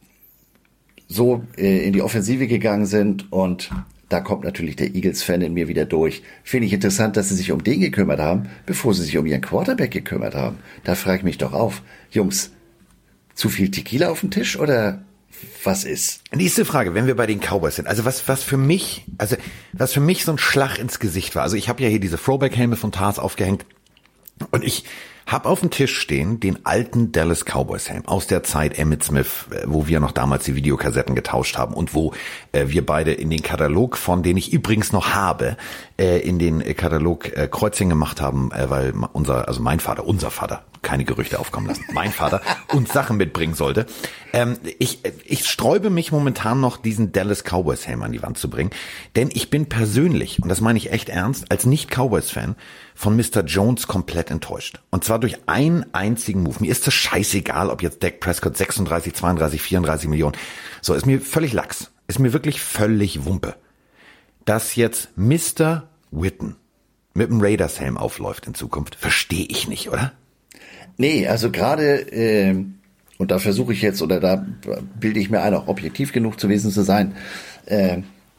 so äh, in die Offensive gegangen sind und da kommt natürlich der Eagles-Fan in mir wieder durch. Finde ich interessant, dass sie sich um den gekümmert haben, bevor sie sich um ihren Quarterback gekümmert haben. Da frage ich mich doch auf, Jungs, zu viel Tequila auf dem Tisch oder was ist? Nächste Frage, wenn wir bei den Cowboys sind. Also was was für mich, also was für mich so ein Schlag ins Gesicht war. Also ich habe ja hier diese Throwback-Helme von Tars aufgehängt und ich hab auf dem Tisch stehen den alten Dallas Cowboys Helm aus der Zeit Emmitt Smith, wo wir noch damals die Videokassetten getauscht haben und wo äh, wir beide in den Katalog, von den ich übrigens noch habe, äh, in den Katalog äh, Kreuzchen gemacht haben, äh, weil unser, also mein Vater, unser Vater, keine Gerüchte aufkommen lassen, mein Vater uns Sachen mitbringen sollte. Ähm, ich, ich sträube mich momentan noch, diesen Dallas Cowboys Helm an die Wand zu bringen, denn ich bin persönlich, und das meine ich echt ernst, als Nicht-Cowboys-Fan von Mister Jones komplett enttäuscht. Und zwar durch einen einzigen Move. Mir ist das scheißegal, ob jetzt Dak Prescott sechsunddreißig, zweiunddreißig, vierunddreißig Millionen. So, ist mir völlig Lachs. Ist mir wirklich völlig Wumpe. Dass jetzt Mister Witten mit dem Raiders-Helm aufläuft in Zukunft, verstehe ich nicht, oder? Nee, also gerade, äh, und da versuche ich jetzt, oder da bilde ich mir ein, auch objektiv genug zu gewesen zu sein, äh,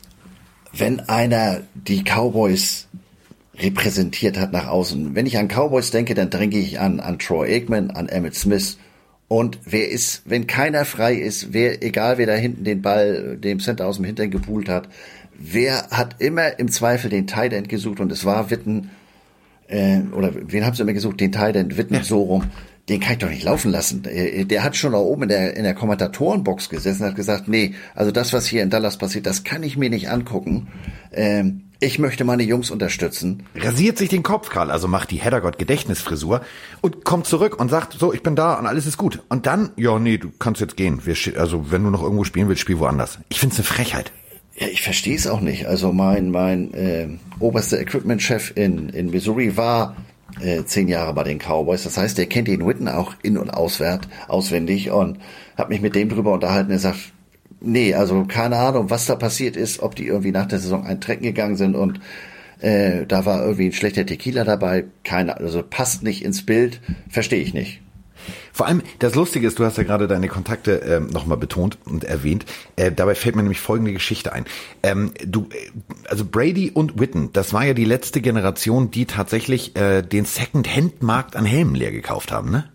wenn einer die Cowboys repräsentiert hat nach außen. Wenn ich an Cowboys denke, dann denke ich an, an Troy Aikman, an Emmitt Smith. Und wer ist, wenn keiner frei ist, wer, egal wer da hinten den Ball, dem Center aus dem Hintern gepult hat, wer hat immer im Zweifel den Tight End gesucht und es war Witten, äh, oder wen haben sie immer gesucht? Den Tight End, Witten, ja. So rum. Den kann ich doch nicht laufen lassen. Der, der hat schon da oben in der, in der Kommentatorenbox gesessen und hat gesagt, nee, also das, was hier in Dallas passiert, das kann ich mir nicht angucken. Ähm, Ich möchte meine Jungs unterstützen. Rasiert sich den Kopf, Karl, also macht die Heddergott-Gedächtnisfrisur und kommt zurück und sagt, so, ich bin da und alles ist gut. Und dann, ja, nee, du kannst jetzt gehen. Wir, also, wenn du noch irgendwo spielen willst, spiel woanders. Ich find's eine Frechheit. Ja, ich verstehe es auch nicht. Also mein mein äh, oberster Equipment-Chef in in Missouri war äh, zehn Jahre bei den Cowboys. Das heißt, der kennt den Witten auch in- und auswärts, auswendig und hat mich mit dem drüber unterhalten. Er sagt, nee, also keine Ahnung, was da passiert ist, ob die irgendwie nach der Saison eintrecken gegangen sind und äh, da war irgendwie ein schlechter Tequila dabei. Keine, also passt nicht ins Bild, verstehe ich nicht. Vor allem, das Lustige ist, du hast ja gerade deine Kontakte ähm, nochmal betont und erwähnt. Äh, dabei fällt mir nämlich folgende Geschichte ein. Ähm, du, also Brady und Witten, das war ja die letzte Generation, die tatsächlich äh, den Second-Hand-Markt an Helmen leer gekauft haben, ne?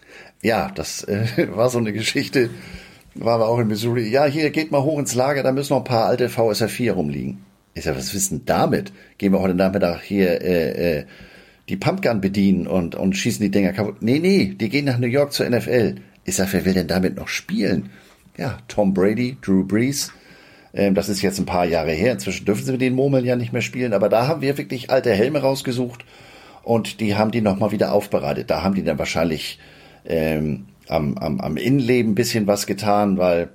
Ja, das äh, war so eine Geschichte. Waren wir auch in Missouri. Ja, hier, geht mal hoch ins Lager, da müssen noch ein paar alte V S R vier rumliegen. Ich sag, was wissen damit? Gehen wir heute Nachmittag hier äh, äh, die Pumpgun bedienen und und schießen die Dinger kaputt. Nee, nee, die gehen nach New York zur N F L. Ich sag, wer will denn damit noch spielen? Ja, Tom Brady, Drew Brees. Ähm, das ist jetzt ein paar Jahre her. Inzwischen dürfen sie mit den Murmeln ja nicht mehr spielen. Aber da haben wir wirklich alte Helme rausgesucht und die haben die nochmal wieder aufbereitet. Da haben die dann wahrscheinlich ähm, am, am, am Innenleben ein bisschen was getan, weil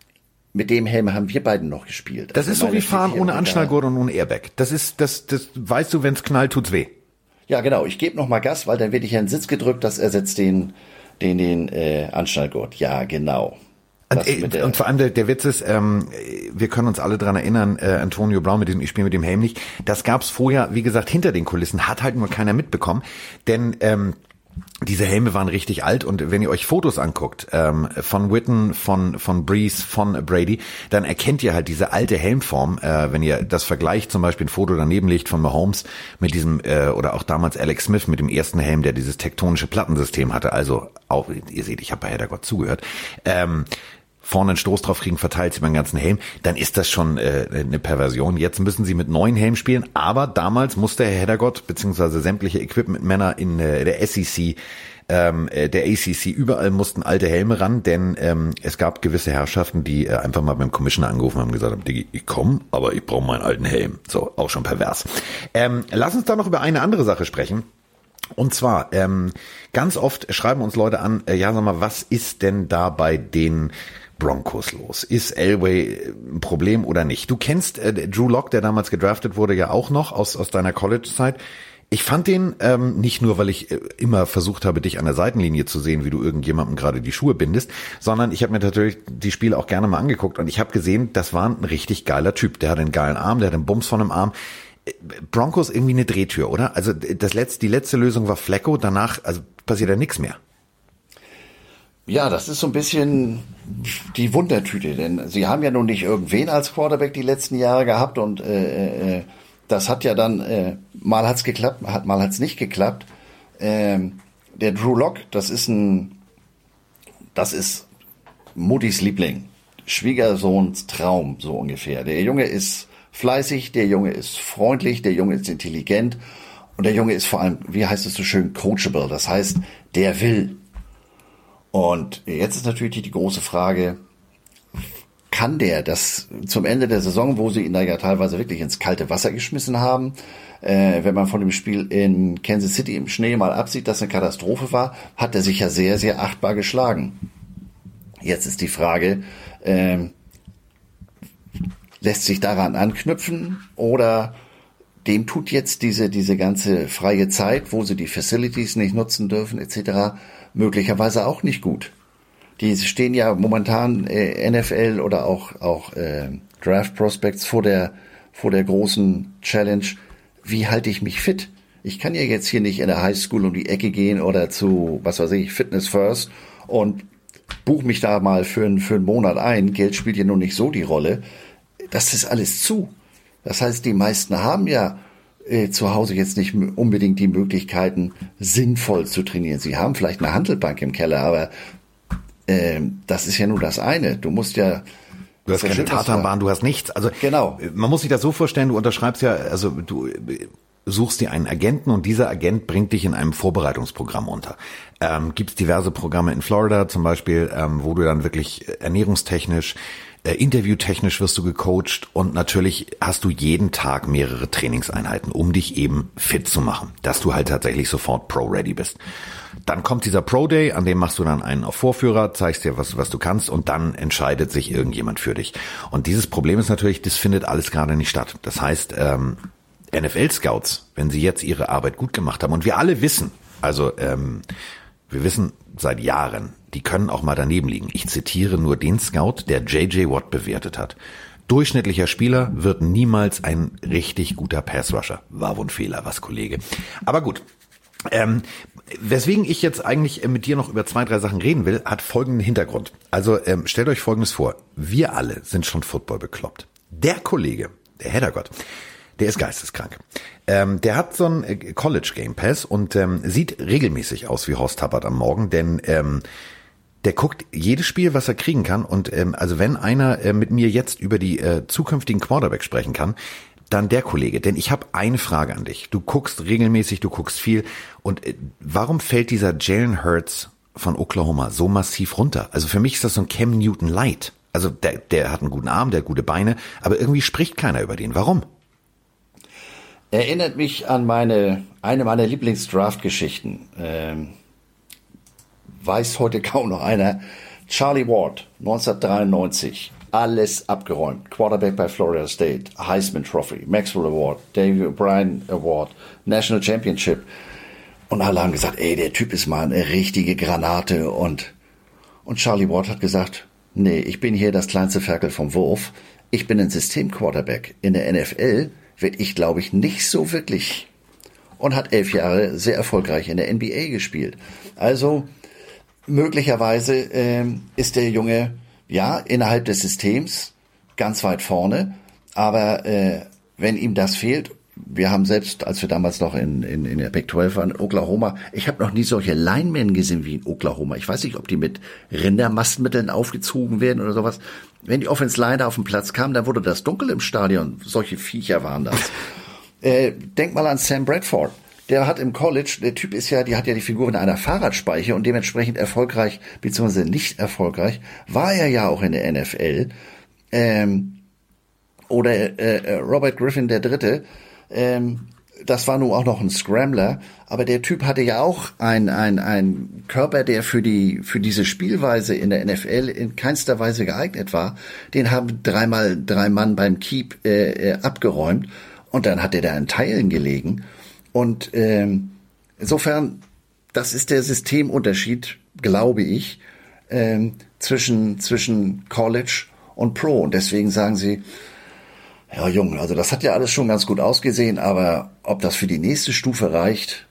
mit dem Helm haben wir beiden noch gespielt. Das also ist so wie Fahren ohne Anschnallgurt und ohne Airbag. Das ist, das, das weißt du, wenn's knallt, tut's weh. Ja, genau. Ich gebe noch mal Gas, weil dann werde ich ja einen Sitz gedrückt, das ersetzt den, den, den äh, Anschnallgurt. Ja, genau. Und, äh, und vor allem der, der Witz ist, ähm, wir können uns alle dran erinnern, äh, Antonio Brown mit diesem Ich spiele mit dem Helm nicht. Das gab's vorher, wie gesagt, hinter den Kulissen, hat halt nur keiner mitbekommen, denn ähm, diese Helme waren richtig alt und wenn ihr euch Fotos anguckt ähm, von Witten, von von Brees, von Brady, dann erkennt ihr halt diese alte Helmform, äh, wenn ihr das vergleicht, zum Beispiel ein Foto daneben legt von Mahomes mit diesem, äh, oder auch damals Alex Smith mit dem ersten Helm, der dieses tektonische Plattensystem hatte, also auch, ihr seht, ich habe bei Heddergott zugehört, ähm, vorne einen Stoß drauf kriegen, verteilt sie über den ganzen Helm, dann ist das schon äh, eine Perversion. Jetzt müssen sie mit neuen Helmen spielen, aber damals musste Herr Heddergott beziehungsweise sämtliche Equipment-Männer in äh, der S E C, ähm, der A C C, überall mussten alte Helme ran, denn ähm, es gab gewisse Herrschaften, die äh, einfach mal beim Commissioner angerufen haben und gesagt haben, Diggi, ich komm, aber ich brauche meinen alten Helm. So, auch schon pervers. Ähm, lass uns da noch über eine andere Sache sprechen. Und zwar, ähm, ganz oft schreiben uns Leute an, äh, ja, sag mal, was ist denn da bei den Broncos los? Ist Elway ein Problem oder nicht? Du kennst äh, Drew Lock, der damals gedraftet wurde, ja auch noch aus aus deiner College-Zeit. Ich fand den ähm, nicht nur, weil ich äh, immer versucht habe, dich an der Seitenlinie zu sehen, wie du irgendjemandem gerade die Schuhe bindest, sondern ich habe mir natürlich die Spiele auch gerne mal angeguckt und ich habe gesehen, das war ein richtig geiler Typ. Der hat einen geilen Arm, der hat einen Bums von einem Arm. Broncos irgendwie eine Drehtür, oder? Also das letzte, die letzte Lösung war Flacco, danach also passiert ja nichts mehr. Ja, das ist so ein bisschen die Wundertüte, denn sie haben ja nun nicht irgendwen als Quarterback die letzten Jahre gehabt und äh, äh, das hat ja dann, äh, mal hat's geklappt, hat, mal hat's nicht geklappt. Ähm, der Drew Lock, das ist ein, das ist Muttis Liebling, Schwiegersohns Traum, so ungefähr. Der Junge ist fleißig, der Junge ist freundlich, der Junge ist intelligent und der Junge ist vor allem, wie heißt es so schön, coachable. Das heißt, der will. Und jetzt ist natürlich die große Frage, kann der das zum Ende der Saison, wo sie ihn da ja teilweise wirklich ins kalte Wasser geschmissen haben, äh, wenn man von dem Spiel in Kansas City im Schnee mal absieht, dass eine Katastrophe war, hat er sich ja sehr, sehr achtbar geschlagen. Jetzt ist die Frage, äh, lässt sich daran anknüpfen oder dem tut jetzt diese, diese ganze freie Zeit, wo sie die Facilities nicht nutzen dürfen et cetera, möglicherweise auch nicht gut. Die stehen ja momentan äh, N F L oder auch auch äh, Draft Prospects vor der vor der großen Challenge. Wie halte ich mich fit? Ich kann ja jetzt hier nicht in der Highschool um die Ecke gehen oder zu, was weiß ich, Fitness First und buche mich da mal für, einen für einen Monat ein. Geld spielt hier nun nicht so die Rolle. Das ist alles zu. Das heißt, die meisten haben ja äh, zu Hause jetzt nicht unbedingt die Möglichkeiten, sinnvoll zu trainieren. Sie haben vielleicht eine Hantelbank im Keller, aber äh, das ist ja nur das eine. Du musst ja... Du hast keine Tatanbahn, du hast nichts. Also genau. Man muss sich das so vorstellen, du unterschreibst ja, also du suchst dir einen Agenten und dieser Agent bringt dich in einem Vorbereitungsprogramm unter. Ähm, gibt's diverse Programme in Florida zum Beispiel, ähm, wo du dann wirklich ernährungstechnisch, äh, interviewtechnisch wirst du gecoacht und natürlich hast du jeden Tag mehrere Trainingseinheiten, um dich eben fit zu machen, dass du halt tatsächlich sofort Pro-ready bist. Dann kommt dieser Pro-Day, an dem machst du dann einen auf Vorführer, zeigst dir, was, was du kannst und dann entscheidet sich irgendjemand für dich. Und dieses Problem ist natürlich, das findet alles gerade nicht statt. Das heißt, ähm, N F L-Scouts, wenn sie jetzt ihre Arbeit gut gemacht haben und wir alle wissen, also ähm, wir wissen seit Jahren, die können auch mal daneben liegen. Ich zitiere nur den Scout, der J J Watt bewertet hat. Durchschnittlicher Spieler wird niemals ein richtig guter Pass-Rusher. War wohl ein Fehler, was Kollege. Aber gut. Ähm, weswegen ich jetzt eigentlich mit dir noch über zwei, drei Sachen reden will, hat folgenden Hintergrund. Also ähm, stellt euch Folgendes vor. Wir alle sind schon Football bekloppt. Der Kollege, der Heddergott, der ist geisteskrank. Ähm, der hat so einen College Game Pass und ähm, sieht regelmäßig aus wie Horst Tappert am Morgen, denn ähm, der guckt jedes Spiel, was er kriegen kann. Und ähm, also wenn einer äh, mit mir jetzt über die äh, zukünftigen Quarterbacks sprechen kann, dann der Kollege, denn ich habe eine Frage an dich. Du guckst regelmäßig, du guckst viel. Und äh, warum fällt dieser Jalen Hurts von Oklahoma so massiv runter? Also für mich ist das so ein Cam Newton Light. Also der, der hat einen guten Arm, der hat gute Beine, aber irgendwie spricht keiner über den. Warum? Erinnert mich an meine eine meiner Lieblings-Draft-Geschichten. Ähm, weiß heute kaum noch einer. Charlie Ward, neunzehnhundertdreiundneunzig. Alles abgeräumt. Quarterback bei Florida State, Heisman Trophy, Maxwell Award, David O'Brien Award, National Championship. Und alle haben gesagt, ey, der Typ ist mal eine richtige Granate. Und, und Charlie Ward hat gesagt, nee, ich bin hier das kleinste Ferkel vom Wurf. Ich bin ein System-Quarterback. In der N F L werde ich, glaube ich, nicht so wirklich und hat elf Jahre sehr erfolgreich in der N B A gespielt. Also möglicherweise ähm, ist der Junge ja innerhalb des Systems ganz weit vorne, aber äh, wenn ihm das fehlt, wir haben selbst, als wir damals noch in, in, in der Big zwölf waren, in Oklahoma, ich habe noch nie solche Linemen gesehen wie in Oklahoma. Ich weiß nicht, ob die mit Rindermastmitteln aufgezogen werden oder sowas. Wenn die Offense Line auf den Platz kam, dann wurde das dunkel im Stadion. Solche Viecher waren das. äh, denk mal an Sam Bradford. Der hat im College, der Typ ist ja, die hat ja die Figur in einer Fahrradspeiche und dementsprechend erfolgreich, beziehungsweise nicht erfolgreich, war er ja auch in der N F L. Ähm, oder äh, Robert Griffin der Dritte, ähm, das war nun auch noch ein Scrambler, aber der Typ hatte ja auch ein ein ein Körper, der für die für diese Spielweise in der N F L in keinster Weise geeignet war. Den haben dreimal drei Mann beim Keep äh, abgeräumt und dann hat er da in Teilen gelegen. Und ähm, insofern, das ist der Systemunterschied, glaube ich, ähm, zwischen zwischen College und Pro. Und deswegen sagen sie, ja, Junge, also das hat ja alles schon ganz gut ausgesehen, aber ob das für die nächste Stufe reicht,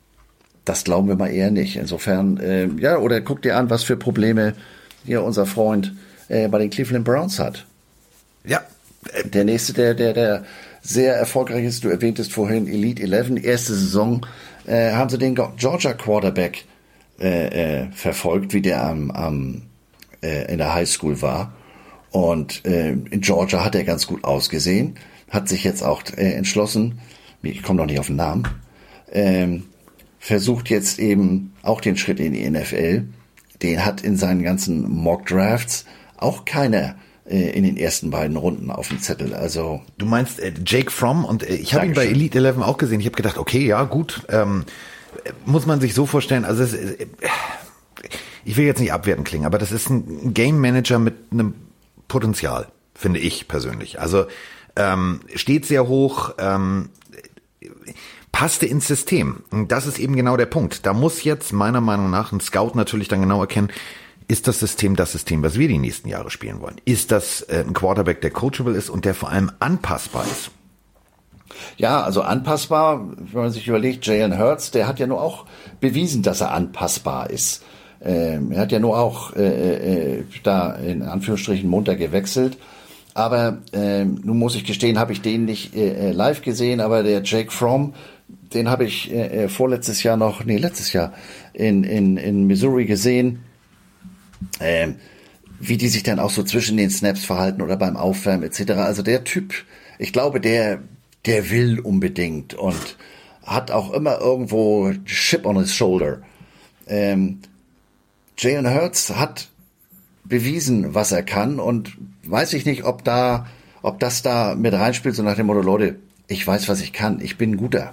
das glauben wir mal eher nicht. Insofern, äh, ja, oder guck dir an, was für Probleme hier unser Freund äh, bei den Cleveland Browns hat. Ja. Der nächste, der, der, der sehr erfolgreich ist, du erwähntest vorhin Elite elf, erste Saison, äh, haben sie den Georgia Quarterback äh, äh, verfolgt, wie der am, am äh, in der Highschool war. Und äh, in Georgia hat er ganz gut ausgesehen, hat sich jetzt auch äh, entschlossen, ich komme noch nicht auf den Namen, ähm, versucht jetzt eben auch den Schritt in die N F L. Den hat in seinen ganzen Mock-Drafts auch keiner äh, in den ersten beiden Runden auf dem Zettel. Also du meinst äh, Jake Fromm, und äh, ich habe ihn bei Elite elf auch gesehen. Ich habe gedacht, okay, ja gut, ähm, muss man sich so vorstellen, also es, äh, ich will jetzt nicht abwertend klingen, aber das ist ein Game Manager mit einem Potenzial, finde ich persönlich. Also ähm, steht sehr hoch, ähm, passte ins System. Und das ist eben genau der Punkt. Da muss jetzt meiner Meinung nach ein Scout natürlich dann genau erkennen, ist das System das System, was wir die nächsten Jahre spielen wollen? Ist das äh, ein Quarterback, der coachable ist und der vor allem anpassbar ist? Ja, also anpassbar, wenn man sich überlegt, Jalen Hurts, der hat ja nur auch bewiesen, dass er anpassbar ist. Ähm, er hat ja nur auch äh, äh, da in Anführungsstrichen munter gewechselt. Aber ähm, nun muss ich gestehen, habe ich den nicht äh, live gesehen, aber der Jake Fromm, den habe ich äh, vorletztes Jahr noch, nee, letztes Jahr in, in, in Missouri gesehen, ähm, wie die sich dann auch so zwischen den Snaps verhalten oder beim Aufwärmen et cetera. Also der Typ, ich glaube, der, der will unbedingt und hat auch immer irgendwo Chip on his shoulder. Ähm, Jalen Hurts hat bewiesen, was er kann, und weiß ich nicht, ob da, ob das da mit reinspielt, so nach dem Motto, Leute, ich weiß, was ich kann, ich bin ein Guter.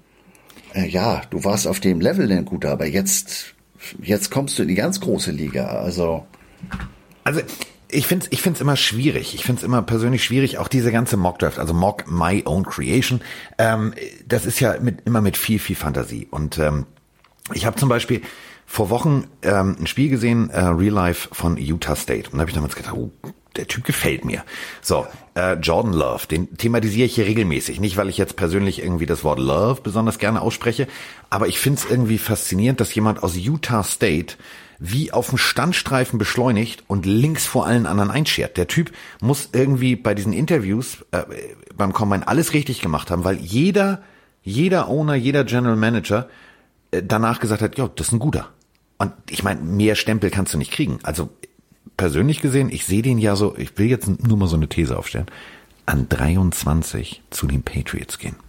Äh, ja, du warst auf dem Level ein Guter, aber jetzt, jetzt kommst du in die ganz große Liga, also. Also, ich find's, ich find's immer schwierig. Ich find's immer persönlich schwierig, auch diese ganze Mock-Draft, also Mock My Own Creation, ähm, das ist ja mit, immer mit viel, viel Fantasie. Und ähm, ich habe zum Beispiel vor Wochen ähm, ein Spiel gesehen, äh, Real Life von Utah State. Und da habe ich damals gedacht, oh, der Typ gefällt mir. So, äh, Jordan Love, den thematisiere ich hier regelmäßig. Nicht, weil ich jetzt persönlich irgendwie das Wort Love besonders gerne ausspreche, aber ich finde es irgendwie faszinierend, dass jemand aus Utah State wie auf dem Standstreifen beschleunigt und links vor allen anderen einschert. Der Typ muss irgendwie bei diesen Interviews äh, beim Combine alles richtig gemacht haben, weil jeder, jeder Owner, jeder General Manager äh, danach gesagt hat, ja, das ist ein guter. Und ich meine, mehr Stempel kannst du nicht kriegen. Also persönlich gesehen, ich sehe den ja so, ich will jetzt nur mal so eine These aufstellen, an dreiundzwanzig zu den Patriots gehen.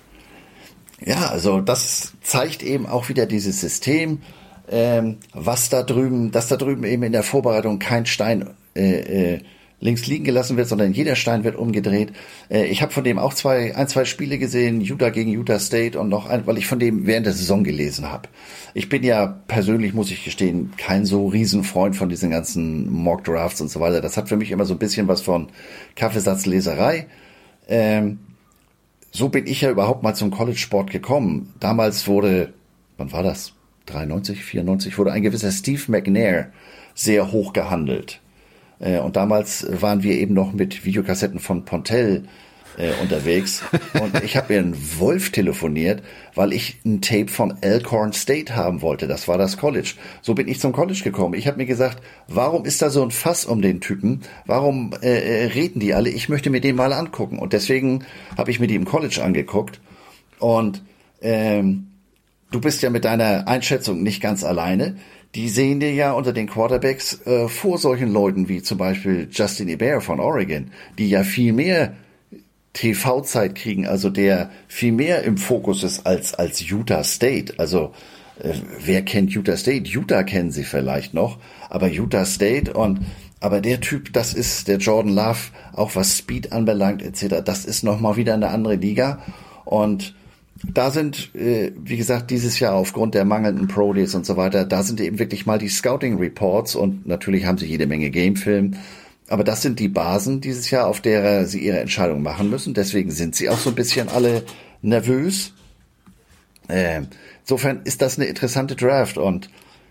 Ja, also das zeigt eben auch wieder dieses System, ähm, was da drüben, dass da drüben eben in der Vorbereitung kein Stein äh, äh, links liegen gelassen wird, sondern jeder Stein wird umgedreht. Äh, ich habe von dem auch zwei, ein, zwei Spiele gesehen, Utah gegen Utah State und noch ein, weil ich von dem während der Saison gelesen habe. Ich bin ja persönlich, muss ich gestehen, kein so Riesenfreund von diesen ganzen Mock Drafts und so weiter. Das hat für mich immer so ein bisschen was von Kaffeesatzleserei. Ähm, so bin ich ja überhaupt mal zum College-Sport gekommen. Damals wurde, wann war das? dreiundneunzig, vierundneunzig, wurde ein gewisser Steve McNair sehr hoch gehandelt. Und damals waren wir eben noch mit Videokassetten von Pontel äh, unterwegs. Und ich habe mir einen Wolf telefoniert, weil ich ein Tape von Elkhorn State haben wollte. Das war das College. So bin ich zum College gekommen. Ich habe mir gesagt, warum ist da so ein Fass um den Typen? Warum äh, reden die alle? Ich möchte mir den mal angucken. Und deswegen habe ich mir die im College angeguckt. Und ähm, du bist ja mit deiner Einschätzung nicht ganz alleine. Die sehen dir ja unter den Quarterbacks äh, vor solchen Leuten wie zum Beispiel Justin Herbert von Oregon, die ja viel mehr T V-Zeit kriegen, also der viel mehr im Fokus ist als als Utah State. Also äh, wer kennt Utah State? Utah kennen sie vielleicht noch, aber Utah State und aber der Typ, das ist der Jordan Love, auch was Speed anbelangt et cetera. Das ist noch mal wieder eine andere Liga und da sind, äh, wie gesagt, dieses Jahr aufgrund der mangelnden Pro Days und so weiter, da sind eben wirklich mal die Scouting Reports und natürlich haben sie jede Menge Gamefilm. Aber das sind die Basen dieses Jahr, auf der sie ihre Entscheidung machen müssen. Deswegen sind sie auch so ein bisschen alle nervös. Äh, insofern ist das eine interessante Draft und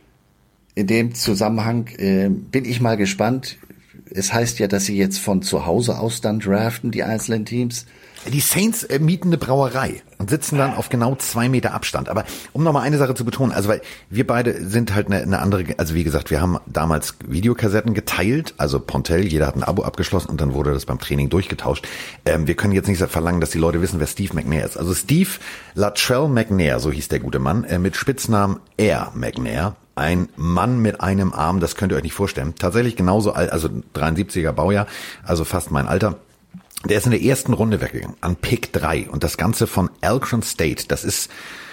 in dem Zusammenhang äh, bin ich mal gespannt. Es heißt ja, dass sie jetzt von zu Hause aus dann draften, die einzelnen Teams. Die Saints äh, mieten eine Brauerei und sitzen dann auf genau zwei Meter Abstand. Aber um nochmal eine Sache zu betonen, also weil wir beide sind halt eine, eine andere, also wie gesagt, wir haben damals Videokassetten geteilt, also Pontel, jeder hat ein Abo abgeschlossen und dann wurde das beim Training durchgetauscht. Ähm, wir können jetzt nicht verlangen, dass die Leute wissen, wer Steve McNair ist. Also Steve Latrell McNair, so hieß der gute Mann, äh, mit Spitznamen Air McNair. Ein Mann mit einem Arm, das könnt ihr euch nicht vorstellen. Tatsächlich genauso alt, also dreiundsiebziger Baujahr, also fast mein Alter. Der ist in der ersten Runde weggegangen, an Pick drei. Und das Ganze von Elkhorn State, das ist,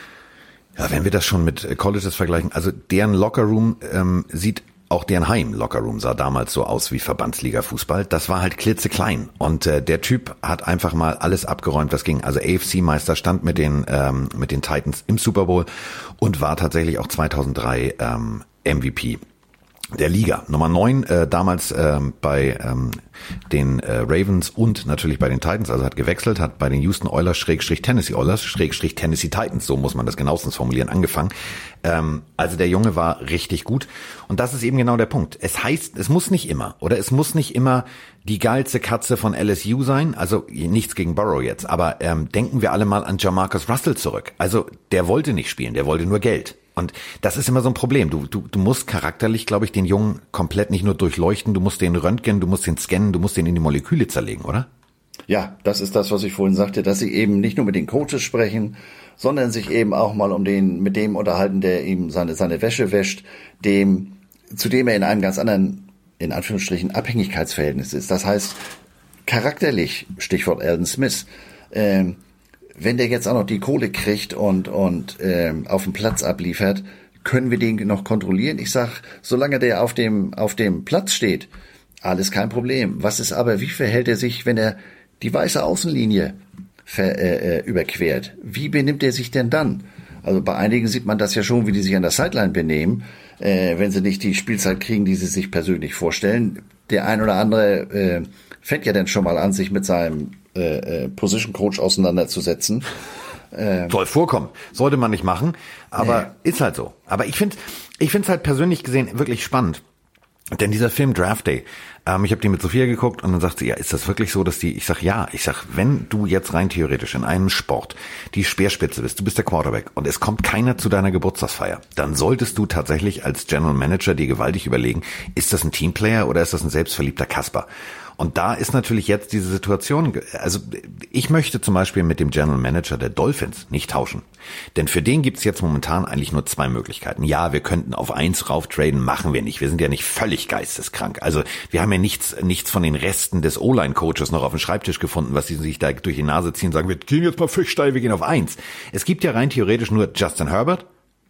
ja, wenn wir das schon mit Colleges vergleichen, also deren Lockerroom ähm, sieht, auch deren Heim-Lockerroom sah damals so aus wie Verbandsliga-Fußball. Das war halt klitzeklein. Und äh, der Typ hat einfach mal alles abgeräumt, was ging. Also A F C-Meister, stand mit den ähm, mit den Titans im Super Bowl und war tatsächlich auch zweitausenddrei ähm, M V P der Liga. Nummer neun, äh, damals ähm, bei ähm, den äh, Ravens und natürlich bei den Titans, also hat gewechselt, hat bei den Houston Oilers, Schrägstrich Tennessee Oilers, Schrägstrich Tennessee Titans, so muss man das genauestens formulieren, angefangen. Ähm, also der Junge war richtig gut. Und das ist eben genau der Punkt. Es heißt, es muss nicht immer, oder es muss nicht immer die geilste Katze von L S U sein, also nichts gegen Burrow jetzt, aber ähm, denken wir alle mal an Jamarcus Russell zurück. Also der wollte nicht spielen, der wollte nur Geld. Und das ist immer so ein Problem. Du, du, du musst charakterlich, glaube ich, den Jungen komplett nicht nur durchleuchten, du musst den röntgen, du musst den scannen, du musst den in die Moleküle zerlegen, oder? Ja, das ist das, was ich vorhin sagte, dass sie eben nicht nur mit den Coaches sprechen, sondern sich eben auch mal um den, mit dem unterhalten, der ihm seine, seine Wäsche wäscht, dem, zu dem er in einem ganz anderen, in Anführungsstrichen, Abhängigkeitsverhältnis ist. Das heißt, charakterlich, Stichwort Alden Smith, ähm, wenn der jetzt auch noch die Kohle kriegt und und ähm, auf dem Platz abliefert, können wir den noch kontrollieren? Ich sag, solange der auf dem auf dem Platz steht, alles kein Problem. Was ist aber, wie verhält er sich, wenn er die weiße Außenlinie ver, äh, überquert? Wie benimmt er sich denn dann? Also bei einigen sieht man das ja schon, wie die sich an der Sideline benehmen, äh, wenn sie nicht die Spielzeit kriegen, die sie sich persönlich vorstellen. Der ein oder andere äh, fängt ja dann schon mal an, sich mit seinem Äh, Position Coach auseinanderzusetzen. Ähm, Soll vorkommen. Sollte man nicht machen, aber nee. Ist halt so. Aber ich finde ich finde es halt persönlich gesehen wirklich spannend. Denn dieser Film Draft Day, ähm, ich habe den mit Sophia geguckt und dann sagt sie, ja, ist das wirklich so, dass die, ich sag ja, ich sag, wenn du jetzt rein theoretisch in einem Sport die Speerspitze bist, du bist der Quarterback und es kommt keiner zu deiner Geburtstagsfeier, dann solltest du tatsächlich als General Manager dir gewaltig überlegen, ist das ein Teamplayer oder ist das ein selbstverliebter Kasper? Und da ist natürlich jetzt diese Situation, also ich möchte zum Beispiel mit dem General Manager der Dolphins nicht tauschen. Denn für den gibt's jetzt momentan eigentlich nur zwei Möglichkeiten. Ja, wir könnten auf eins rauf traden, machen wir nicht. Wir sind ja nicht völlig geisteskrank. Also wir haben ja nichts nichts von den Resten des O-Line-Coaches noch auf dem Schreibtisch gefunden, was sie sich da durch die Nase ziehen und sagen, wir gehen jetzt mal fischsteil, wir gehen auf eins. Es gibt ja rein theoretisch nur Justin Herbert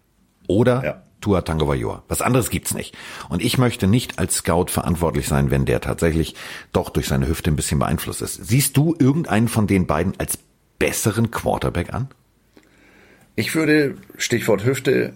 oder ja. Tua Tagovailoa. Was anderes gibt's nicht. Und ich möchte nicht als Scout verantwortlich sein, wenn der tatsächlich doch durch seine Hüfte ein bisschen beeinflusst ist. Siehst du irgendeinen von den beiden als besseren Quarterback an? Ich würde, Stichwort Hüfte,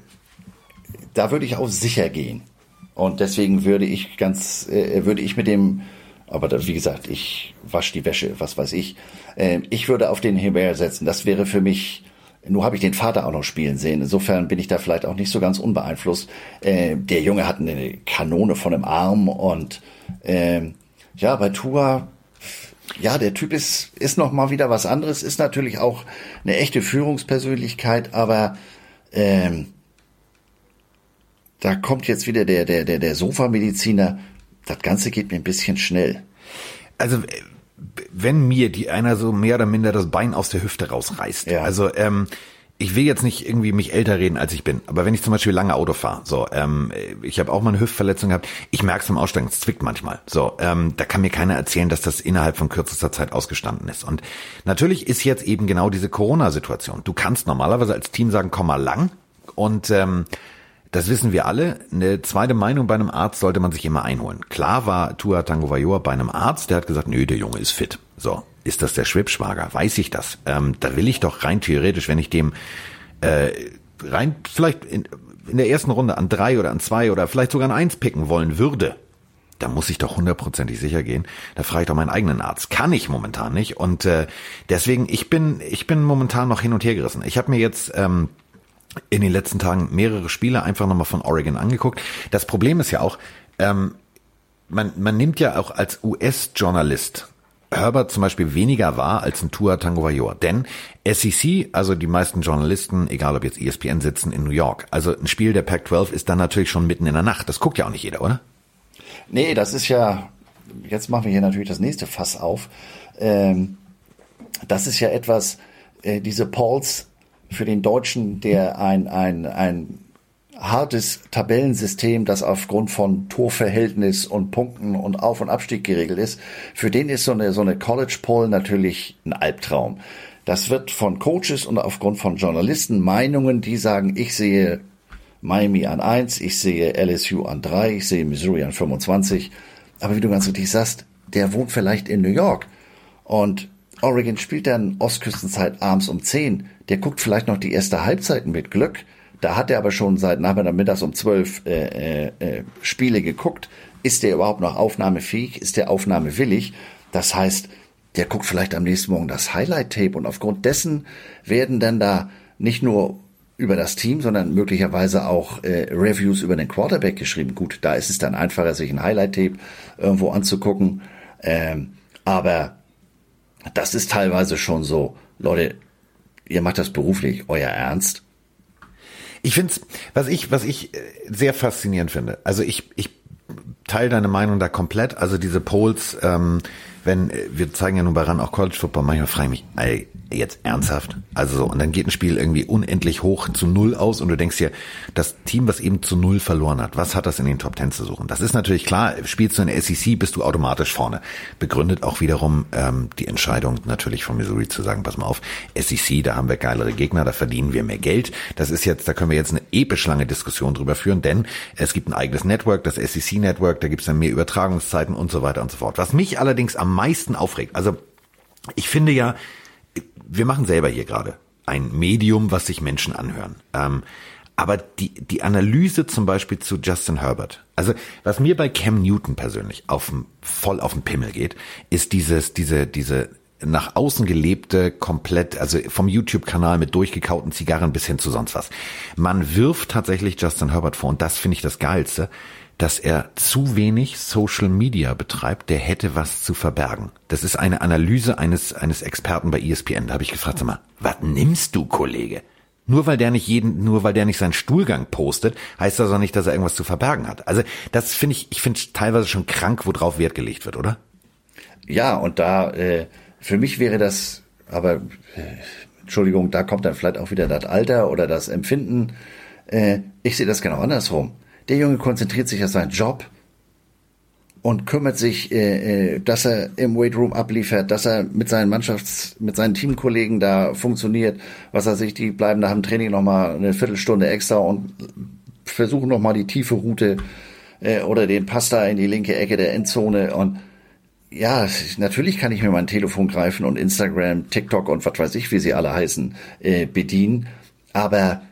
da würde ich auch sicher gehen. Und deswegen würde ich ganz, äh, würde ich mit dem, aber da, wie gesagt, ich wasche die Wäsche, was weiß ich. Äh, ich würde auf den Herbert setzen. Das wäre für mich. Nur habe ich den Vater auch noch spielen sehen. Insofern bin ich da vielleicht auch nicht so ganz unbeeinflusst. Äh, der Junge hat eine Kanone von einem Arm und äh, ja, bei Tua, Ja, der Typ ist, ist noch mal wieder was anderes, ist natürlich auch eine echte Führungspersönlichkeit, aber ähm, da kommt jetzt wieder der, der, der, der Sofamediziner. Das Ganze geht mir ein bisschen schnell. Also, wenn mir die einer so mehr oder minder das Bein aus der Hüfte rausreißt, ja. also, ähm, ich will jetzt nicht irgendwie mich älter reden, als ich bin, aber wenn ich zum Beispiel lange Auto fahre, so, ähm, ich habe auch mal eine Hüftverletzung gehabt, ich merke es im Aussteigen, es zwickt manchmal, so, ähm, da kann mir keiner erzählen, dass das innerhalb von kürzester Zeit ausgestanden ist. Und natürlich ist jetzt eben genau diese Corona-Situation. Du kannst normalerweise als Team sagen, komm mal lang, und ähm, das wissen wir alle. Eine zweite Meinung bei einem Arzt sollte man sich immer einholen. Klar war Tua Tagovailoa bei einem Arzt, der hat gesagt, nö, der Junge ist fit. So, ist das der Schwippschwager? Weiß ich das? Ähm, da will ich doch rein theoretisch, wenn ich dem äh, rein vielleicht in, in der ersten Runde an drei oder an zwei oder vielleicht sogar an eins picken wollen würde, da muss ich doch hundertprozentig sicher gehen. Da frage ich doch meinen eigenen Arzt. Kann ich momentan nicht. Und äh, deswegen, ich bin ich bin momentan noch hin und her gerissen. Ich habe mir jetzt ähm, in den letzten Tagen mehrere Spiele einfach nochmal von Oregon angeguckt. Das Problem ist ja auch, ähm, man, man nimmt ja auch als U S-Journalist Herbert zum Beispiel weniger wahr als ein Tua Tagovailoa. Denn S E C, also die meisten Journalisten, egal ob jetzt E S P N, sitzen in New York. Also ein Spiel der Pac zwölf ist dann natürlich schon mitten in der Nacht. Das guckt ja auch nicht jeder, oder? Nee, das ist ja, jetzt machen wir hier natürlich das nächste Fass auf. Ähm, das ist ja etwas, äh, diese Polls für den Deutschen, der ein, ein, ein hartes Tabellensystem, das aufgrund von Torverhältnis und Punkten und Auf- und Abstieg geregelt ist, für den ist so eine, so eine College Poll natürlich ein Albtraum. Das wird von Coaches und aufgrund von Journalisten Meinungen, die sagen, ich sehe Miami an eins, ich sehe L S U an drei, ich sehe Missouri an fünfundzwanzig. Aber wie du ganz richtig sagst, der wohnt vielleicht in New York und Oregon spielt dann Ostküstenzeit abends um zehn. Der guckt vielleicht noch die erste Halbzeit mit Glück. Da hat er aber schon seit nachmittags um zwölf äh, äh, Spiele geguckt. Ist der überhaupt noch aufnahmefähig? Ist der aufnahmewillig? Das heißt, der guckt vielleicht am nächsten Morgen das Highlight-Tape und aufgrund dessen werden dann da nicht nur über das Team, sondern möglicherweise auch äh, Reviews über den Quarterback geschrieben. Gut, da ist es dann einfacher, sich ein Highlight-Tape irgendwo anzugucken. Ähm, aber das ist teilweise schon so, Leute, ihr macht das beruflich, euer Ernst? Ich find's, was ich, was ich sehr faszinierend finde, also ich, ich teile deine Meinung da komplett, also diese Polls, ähm, wenn, wir zeigen ja nun bei RAN auch College Football, manchmal frage ich mich, ey, jetzt ernsthaft? Also so, und dann geht ein Spiel irgendwie unendlich hoch zu null aus und du denkst dir, das Team, was eben zu null verloren hat, was hat das in den Top Ten zu suchen? Das ist natürlich klar, spielst du in der S E C, bist du automatisch vorne. Begründet auch wiederum ähm, die Entscheidung natürlich von Missouri zu sagen, pass mal auf, S E C, da haben wir geilere Gegner, da verdienen wir mehr Geld. Das ist jetzt, da können wir jetzt eine episch lange Diskussion drüber führen, denn es gibt ein eigenes Network, das S E C Network, da gibt's dann mehr Übertragungszeiten und so weiter und so fort. Was mich allerdings am meisten aufregt, also ich finde ja, wir machen selber hier gerade ein Medium, was sich Menschen anhören. Ähm, aber die die Analyse zum Beispiel zu Justin Herbert, also was mir bei Cam Newton persönlich auf voll auf den Pimmel geht, ist dieses diese diese nach außen gelebte, komplett, also vom YouTube-Kanal mit durchgekauten Zigarren bis hin zu sonst was. Man wirft tatsächlich Justin Herbert vor, und das finde ich das Geilste, dass er zu wenig Social Media betreibt, der hätte was zu verbergen. Das ist eine Analyse eines eines Experten bei E S P N. Da habe ich gefragt, sag mal, was nimmst du, Kollege? Nur weil der nicht jeden, nur weil der nicht seinen Stuhlgang postet, heißt das auch nicht, dass er irgendwas zu verbergen hat. Also das finde ich, ich finde teilweise schon krank, worauf Wert gelegt wird, oder? Ja, und da äh, für mich wäre das, aber äh, Entschuldigung, da kommt dann vielleicht auch wieder das Alter oder das Empfinden. Äh, ich sehe das genau andersrum. Der Junge konzentriert sich auf seinen Job und kümmert sich, äh, dass er im Weightroom abliefert, dass er mit seinen Mannschafts-, mit seinen Teamkollegen da funktioniert. Was er sich, die bleiben nach dem Training nochmal eine Viertelstunde extra und versuchen nochmal die tiefe Route äh, oder den Pass da in die linke Ecke der Endzone. Und ja, natürlich kann ich mir mein Telefon greifen und Instagram, TikTok und was weiß ich, wie sie alle heißen, äh, bedienen. Aber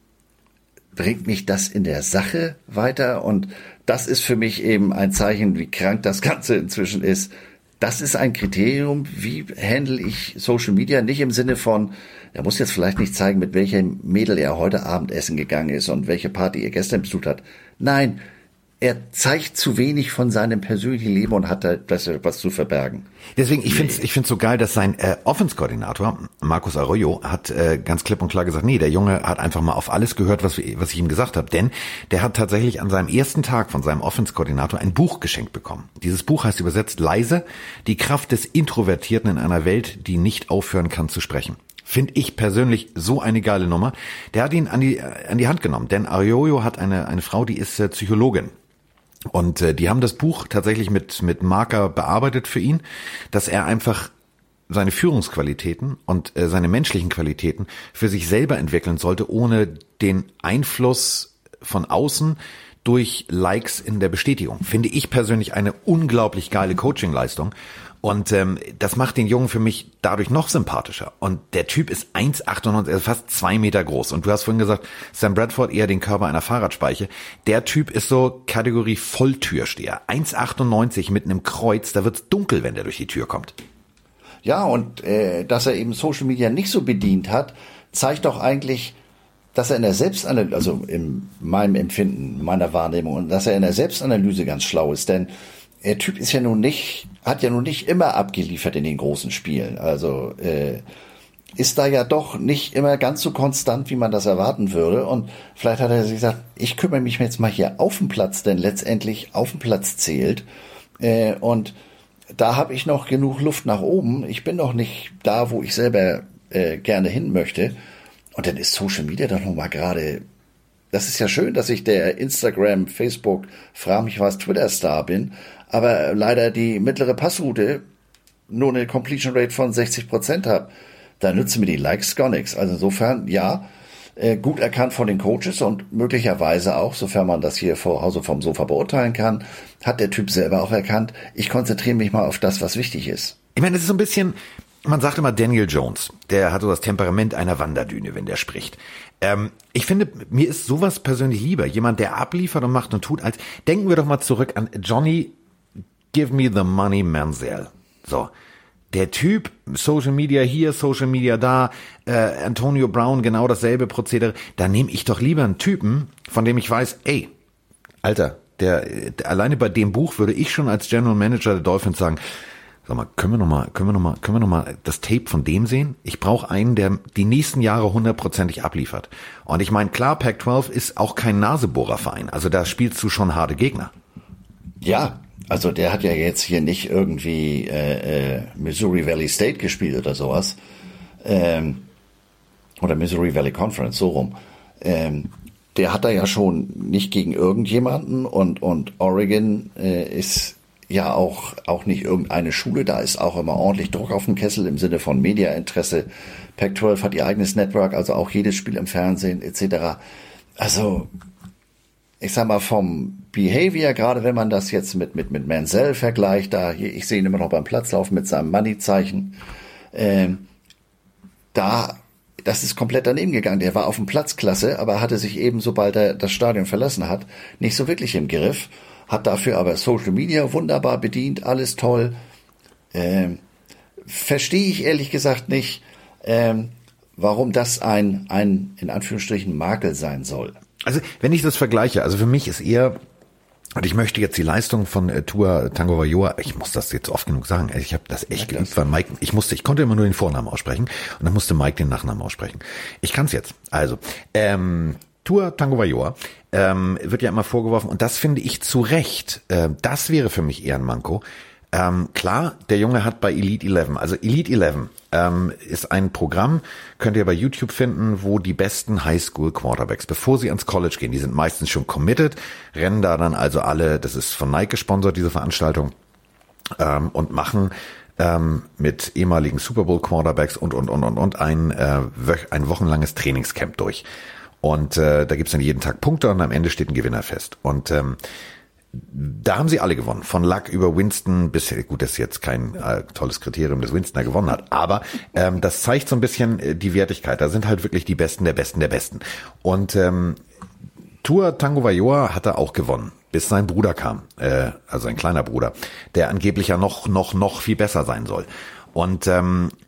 bringt mich das in der Sache weiter? Und das ist für mich eben ein Zeichen, wie krank das Ganze inzwischen ist. Das ist ein Kriterium, wie handle ich Social Media, nicht im Sinne von, er muss jetzt vielleicht nicht zeigen, mit welchem Mädel er heute Abend essen gegangen ist und welche Party er gestern besucht hat. Nein, er zeigt zu wenig von seinem persönlichen Leben und hat da was zu verbergen. Deswegen, ich finde es ich find's so geil, dass sein äh, Offense-Koordinator, Marcus Arroyo, hat äh, ganz klipp und klar gesagt, nee, der Junge hat einfach mal auf alles gehört, was, was ich ihm gesagt habe. Denn der hat tatsächlich an seinem ersten Tag von seinem Offense-Koordinator ein Buch geschenkt bekommen. Dieses Buch heißt übersetzt Leise, die Kraft des Introvertierten in einer Welt, die nicht aufhören kann zu sprechen. Finde ich persönlich so eine geile Nummer. Der hat ihn an die, an die Hand genommen, denn Arroyo hat eine, eine Frau, die ist äh, Psychologin. Und äh, die haben das Buch tatsächlich mit mit Marker bearbeitet für ihn, dass er einfach seine Führungsqualitäten und äh, seine menschlichen Qualitäten für sich selber entwickeln sollte, ohne den Einfluss von außen durch Likes in der Bestätigung. Finde ich persönlich eine unglaublich geile Coaching-Leistung. Und ähm, das macht den Jungen für mich dadurch noch sympathischer. Und der Typ ist eins Komma achtundneunzig, also fast zwei Meter groß. Und du hast vorhin gesagt, Sam Bradford eher den Körper einer Fahrradspeiche. Der Typ ist so Kategorie Volltürsteher. eins Komma achtundneunzig mit einem Kreuz, da wird's dunkel, wenn der durch die Tür kommt. Ja, und äh, dass er eben Social Media nicht so bedient hat, zeigt doch eigentlich, dass er in der Selbstanalyse, also in meinem Empfinden, meiner Wahrnehmung, und dass er in der Selbstanalyse ganz schlau ist. Denn der Typ ist ja nun nicht, hat ja nun nicht immer abgeliefert in den großen Spielen. Also äh, ist da ja doch nicht immer ganz so konstant, wie man das erwarten würde. Und vielleicht hat er sich gesagt, ich kümmere mich jetzt mal hier auf dem Platz, denn letztendlich auf dem Platz zählt. Äh, und da habe ich noch genug Luft nach oben. Ich bin noch nicht da, wo ich selber äh, gerne hin möchte. Und dann ist Social Media doch noch mal gerade. Das ist ja schön, dass ich der Instagram, Facebook, frag mich was, Twitter-Star bin, aber leider die mittlere Passroute nur eine Completion Rate von sechzig Prozent habe. Da nützen mir die Likes gar nichts. Also insofern, ja, äh, gut erkannt von den Coaches und möglicherweise auch, sofern man das hier vor Hause vom Sofa beurteilen kann, hat der Typ selber auch erkannt, ich konzentriere mich mal auf das, was wichtig ist. Ich meine, es ist so ein bisschen, man sagt immer Daniel Jones, der hat so das Temperament einer Wanderdüne, wenn der spricht. Ähm, ich finde, mir ist sowas persönlich lieber. Jemand, der abliefert und macht und tut, als, denken wir doch mal zurück an Johnny Give Me the Money Manziel. So. Der Typ, Social Media hier, Social Media da, äh, Antonio Brown, genau dasselbe Prozedere. Da nehme ich doch lieber einen Typen, von dem ich weiß, ey, Alter, der, der alleine bei dem Buch würde ich schon als General Manager der Dolphins sagen, sag mal, können wir noch mal, können wir noch mal, können wir noch mal das Tape von dem sehen? Ich brauche einen, der die nächsten Jahre hundertprozentig abliefert. Und ich meine, klar, Pac zwölf ist auch kein Nasebohrerverein. Also da spielst du schon harte Gegner. Ja, also der hat ja jetzt hier nicht irgendwie äh, äh, Missouri Valley State gespielt oder sowas. Ähm, oder Missouri Valley Conference, so rum. Ähm, der hat da ja schon nicht gegen irgendjemanden und, und Oregon äh, ist ja auch auch nicht irgendeine Schule, da ist auch immer ordentlich Druck auf dem Kessel im Sinne von Mediainteresse. Pac zwölf hat ihr eigenes Network, also auch jedes Spiel im Fernsehen et cetera. Also ich sag mal vom Behavior, gerade wenn man das jetzt mit mit mit Manziel vergleicht, da hier, ich sehe ihn immer noch beim Platzlaufen mit seinem Money-Zeichen, ähm, da das ist komplett daneben gegangen. Der war auf dem Platz klasse, aber hatte sich eben, sobald er das Stadion verlassen hat, nicht so wirklich im Griff. Hat dafür aber Social Media wunderbar bedient, alles toll. Ähm, verstehe ich ehrlich gesagt nicht, ähm, warum das ein, ein, in Anführungsstrichen, Makel sein soll. Also, wenn ich das vergleiche, also für mich ist eher, und ich möchte jetzt die Leistung von äh, Tua Tagovailoa, ich muss das jetzt oft genug sagen, ich habe das echt geübt, weil Mike, ich musste, ich konnte immer nur den Vornamen aussprechen und dann musste Mike den Nachnamen aussprechen. Ich kann es jetzt. Also, ähm, Tua Tagovailoa ähm, wird ja immer vorgeworfen, und das finde ich zu Recht, äh, das wäre für mich eher ein Manko. Ähm, klar, der Junge hat bei Elite elf, also Elite elf ähm, ist ein Programm, könnt ihr bei YouTube finden, wo die besten Highschool Quarterbacks, bevor sie ans College gehen, die sind meistens schon committed, rennen da dann also alle, das ist von Nike gesponsert, diese Veranstaltung, ähm, und machen ähm, mit ehemaligen Super Bowl Quarterbacks und, und, und, und, und ein, äh, ein wochenlanges Trainingscamp durch. Und äh, da gibt's dann jeden Tag Punkte und am Ende steht ein Gewinner fest. Und ähm, da haben sie alle gewonnen. Von Luck über Winston bis, gut, das ist jetzt kein äh, tolles Kriterium, dass Winston da gewonnen hat, aber ähm, das zeigt so ein bisschen äh, die Wertigkeit. Da sind halt wirklich die Besten der Besten der Besten. Und ähm, Tua Tagovailoa hat er auch gewonnen, bis sein Bruder kam, äh, also ein kleiner Bruder, der angeblich ja noch, noch, noch viel besser sein soll. Und ähm,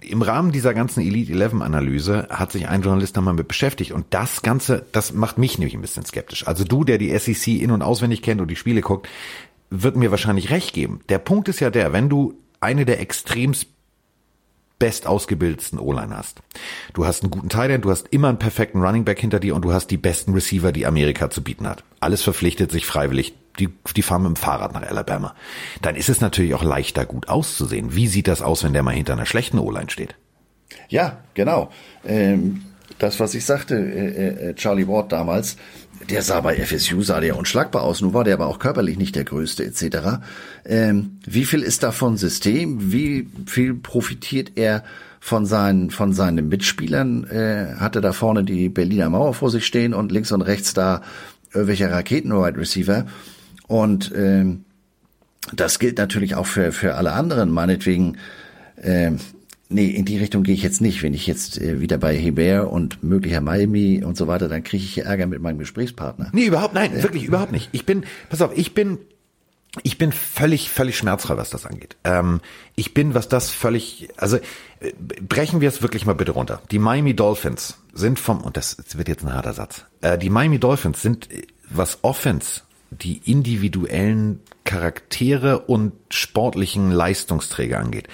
im Rahmen dieser ganzen Elite elf Analyse hat sich ein Journalist nochmal mit beschäftigt und das Ganze, das macht mich nämlich ein bisschen skeptisch. Also du, der die S E C in- und auswendig kennt und die Spiele guckt, wird mir wahrscheinlich recht geben. Der Punkt ist ja der, wenn du eine der extremst best ausgebildetsten O-Line hast, du hast einen guten Tight End, du hast immer einen perfekten Running Back hinter dir und du hast die besten Receiver, die Amerika zu bieten hat. Alles verpflichtet sich freiwillig. Die, die fahren mit dem Fahrrad nach Alabama. Dann ist es natürlich auch leichter, gut auszusehen. Wie sieht das aus, wenn der mal hinter einer schlechten O-Line steht? Ja, genau. Ähm, das, was ich sagte, äh, äh, Charlie Ward damals, der sah bei F S U, sah der unschlagbar aus. Nun war der aber auch körperlich nicht der Größte et cetera. Ähm, wie viel ist davon System? Wie viel profitiert er von seinen von seinen Mitspielern? Äh, hatte da vorne die Berliner Mauer vor sich stehen und links und rechts da irgendwelche Raketen-Wide Receiver. Und ähm, das gilt natürlich auch für für alle anderen. Meinetwegen, ähm, nee, in die Richtung gehe ich jetzt nicht. Wenn ich jetzt äh, wieder bei Hebert und möglicher Miami und so weiter, dann kriege ich Ärger mit meinem Gesprächspartner. Nee, überhaupt, nein, äh, wirklich überhaupt nicht. Ich bin, pass auf, ich bin, ich bin völlig, völlig schmerzfrei, was das angeht. Ähm, ich bin, was das völlig, also äh, brechen wir es wirklich mal bitte runter. Die Miami Dolphins sind vom, und das wird jetzt ein harter Satz, äh, die Miami Dolphins sind, was Offense, die individuellen Charaktere und sportlichen Leistungsträger angeht,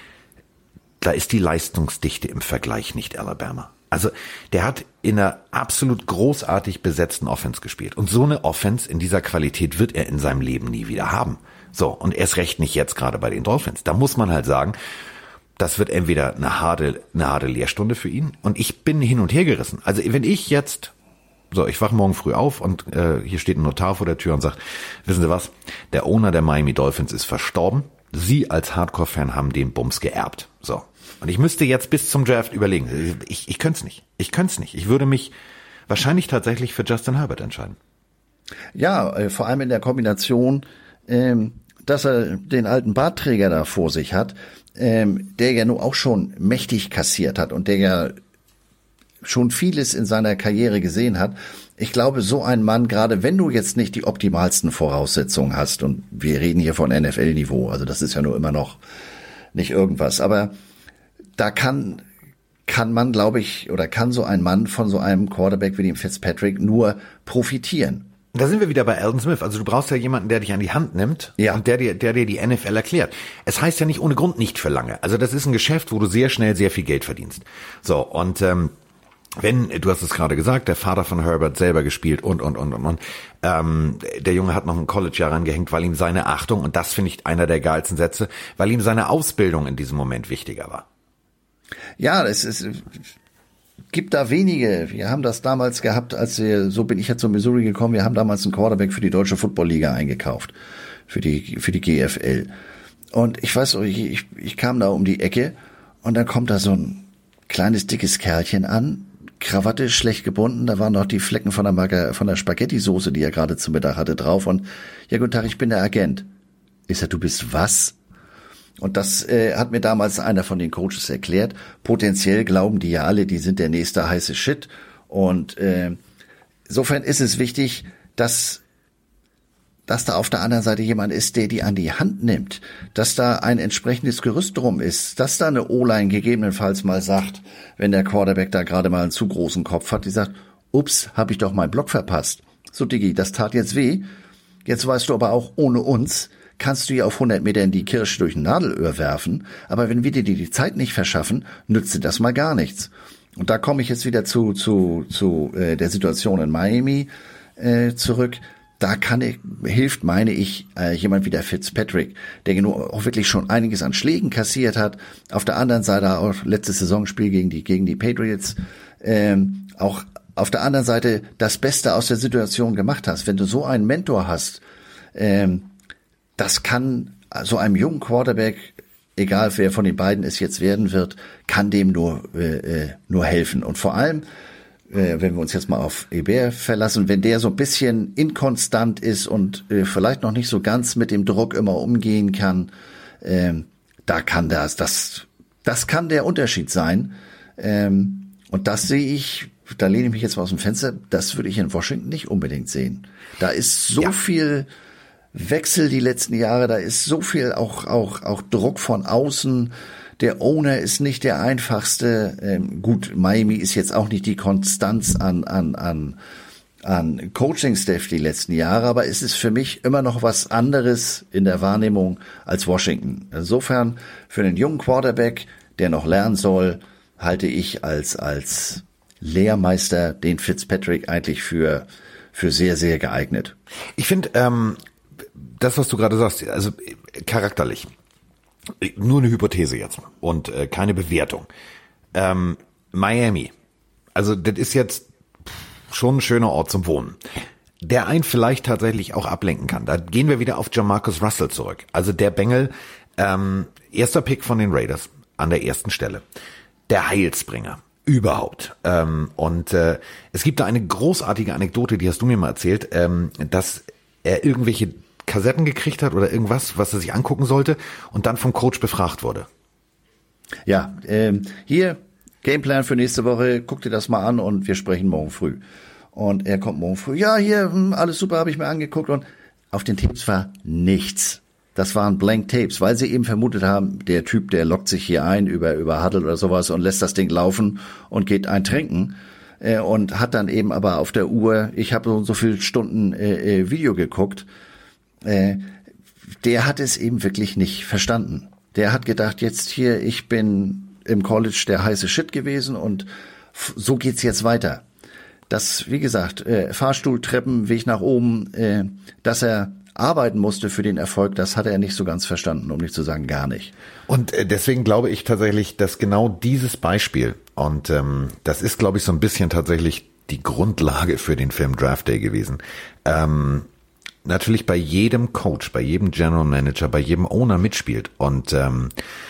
da ist die Leistungsdichte im Vergleich nicht Alabama. Also der hat in einer absolut großartig besetzten Offense gespielt. Und so eine Offense in dieser Qualität wird er in seinem Leben nie wieder haben. So, und erst recht nicht jetzt gerade bei den Dolphins. Da muss man halt sagen, das wird entweder eine harte, eine harte Lehrstunde für ihn. Und ich bin hin und her gerissen. Also wenn ich jetzt, so, ich wache morgen früh auf und äh, hier steht ein Notar vor der Tür und sagt, wissen Sie was, der Owner der Miami Dolphins ist verstorben. Sie als Hardcore-Fan haben den Bums geerbt. So. Und ich müsste jetzt bis zum Draft überlegen. Ich, ich könnte es nicht. Ich könnte es nicht. Ich würde mich wahrscheinlich tatsächlich für Justin Herbert entscheiden. Ja, äh, vor allem in der Kombination, ähm, dass er den alten Bartträger da vor sich hat, ähm, der ja nun auch schon mächtig kassiert hat und der ja schon vieles in seiner Karriere gesehen hat. Ich glaube, so ein Mann, gerade wenn du jetzt nicht die optimalsten Voraussetzungen hast, und wir reden hier von N F L-Niveau, also das ist ja nur immer noch nicht irgendwas, aber da kann kann man, glaube ich, oder kann so ein Mann von so einem Quarterback wie dem Fitzpatrick nur profitieren. Da sind wir wieder bei Aldon Smith. Also du brauchst ja jemanden, der dich an die Hand nimmt, ja, und der dir, der dir die N F L erklärt. Es heißt ja nicht ohne Grund nicht für lange. Also das ist ein Geschäft, wo du sehr schnell sehr viel Geld verdienst. So, und ähm, wenn, du hast es gerade gesagt, der Vater von Herbert selber gespielt und, und, und, und, und. Ähm, der Junge hat noch ein College-Jahr rangehängt, weil ihm seine Achtung, und das finde ich einer der geilsten Sätze, weil ihm seine Ausbildung in diesem Moment wichtiger war. Ja, es ist, gibt da wenige. Wir haben das damals gehabt, als wir, so bin ich ja zu Missouri gekommen, wir haben damals einen Quarterback für die Deutsche Football-Liga eingekauft, für die, für die G F L. Und ich weiß, ich, ich, ich kam da um die Ecke und dann kommt da so ein kleines, dickes Kerlchen an, Krawatte schlecht gebunden, da waren noch die Flecken von der, Marga, von der Spaghetti-Soße, die er gerade zu Mittag hatte, drauf. Und ja, guten Tag, ich bin der Agent. Ich sag, du bist was? Und das äh, hat mir damals einer von den Coaches erklärt. Potenziell glauben die ja alle, die sind der nächste heiße Shit. Und äh, insofern ist es wichtig, dass dass da auf der anderen Seite jemand ist, der die an die Hand nimmt, dass da ein entsprechendes Gerüst drum ist, dass da eine O-Line gegebenenfalls mal sagt, wenn der Quarterback da gerade mal einen zu großen Kopf hat, die sagt, ups, hab ich doch meinen Block verpasst. So, Diggi, das tat jetzt weh. Jetzt weißt du aber auch, ohne uns kannst du ja auf hundert Meter in die Kirsche durch ein Nadelöhr werfen, aber wenn wir dir die Zeit nicht verschaffen, nützt dir das mal gar nichts. Und da komme ich jetzt wieder zu zu zu äh, der Situation in Miami äh, zurück. Da kann ich, hilft, meine ich, äh, jemand wie der Fitzpatrick, der genau auch wirklich schon einiges an Schlägen kassiert hat. Auf der anderen Seite auch letztes Saisonspiel gegen die gegen die Patriots ähm, auch auf der anderen Seite das Beste aus der Situation gemacht hast. Wenn du so einen Mentor hast, ähm, das kann so einem jungen Quarterback, egal wer von den beiden es jetzt werden wird, kann dem nur äh, nur helfen. Und vor allem, äh, wenn wir uns jetzt mal auf Hebert verlassen, wenn der so ein bisschen inkonstant ist und äh, vielleicht noch nicht so ganz mit dem Druck immer umgehen kann, äh, da kann das, das, das kann der Unterschied sein. Ähm, und das sehe ich, da lehne ich mich jetzt mal aus dem Fenster, das würde ich in Washington nicht unbedingt sehen. Da ist so ja. viel Wechsel die letzten Jahre, da ist so viel auch auch auch Druck von außen, Der Owner ist nicht der einfachste. Ähm, gut, Miami ist jetzt auch nicht die Konstanz an an an an Coaching-Staff die letzten Jahre, aber es ist für mich immer noch was anderes in der Wahrnehmung als Washington. Insofern für einen jungen Quarterback, der noch lernen soll, halte ich als als Lehrmeister den Fitzpatrick eigentlich für für sehr, sehr geeignet. Ich finde, ähm, das, was du gerade sagst, also charakterlich, nur eine Hypothese jetzt und äh, keine Bewertung. Ähm, Miami, also das ist jetzt schon ein schöner Ort zum Wohnen, der einen vielleicht tatsächlich auch ablenken kann. Da gehen wir wieder auf Jamarcus Russell zurück. Also der Bengel, ähm, erster Pick von den Raiders an der ersten Stelle. Der Heilsbringer. Überhaupt. Ähm, und äh, es gibt da eine großartige Anekdote, die hast du mir mal erzählt, ähm, dass er irgendwelche Kassetten gekriegt hat oder irgendwas, was er sich angucken sollte und dann vom Coach befragt wurde. Ja, ähm, hier, Gameplan für nächste Woche, guck dir das mal an und wir sprechen morgen früh. Und er kommt morgen früh, ja, hier, alles super, habe ich mir angeguckt und auf den Tapes war nichts. Das waren Blank Tapes, weil sie eben vermutet haben, der Typ, der lockt sich hier ein über über Huddle oder sowas und lässt das Ding laufen und geht ein trinken äh, und hat dann eben aber auf der Uhr, ich habe so und so viele Stunden äh, äh, Video geguckt, äh, der hat es eben wirklich nicht verstanden. Der hat gedacht, jetzt hier, ich bin im College der heiße Shit gewesen und f- so geht's jetzt weiter. Das, wie gesagt, äh, Fahrstuhl, Treppen, Weg nach oben, äh, dass er arbeiten musste für den Erfolg, das hat er nicht so ganz verstanden, um nicht zu sagen gar nicht. Und deswegen glaube ich tatsächlich, dass genau dieses Beispiel, und ähm, das ist, glaube ich, so ein bisschen tatsächlich die Grundlage für den Film Draft Day gewesen, ähm, natürlich bei jedem Coach, bei jedem General Manager, bei jedem Owner mitspielt. Und ähm,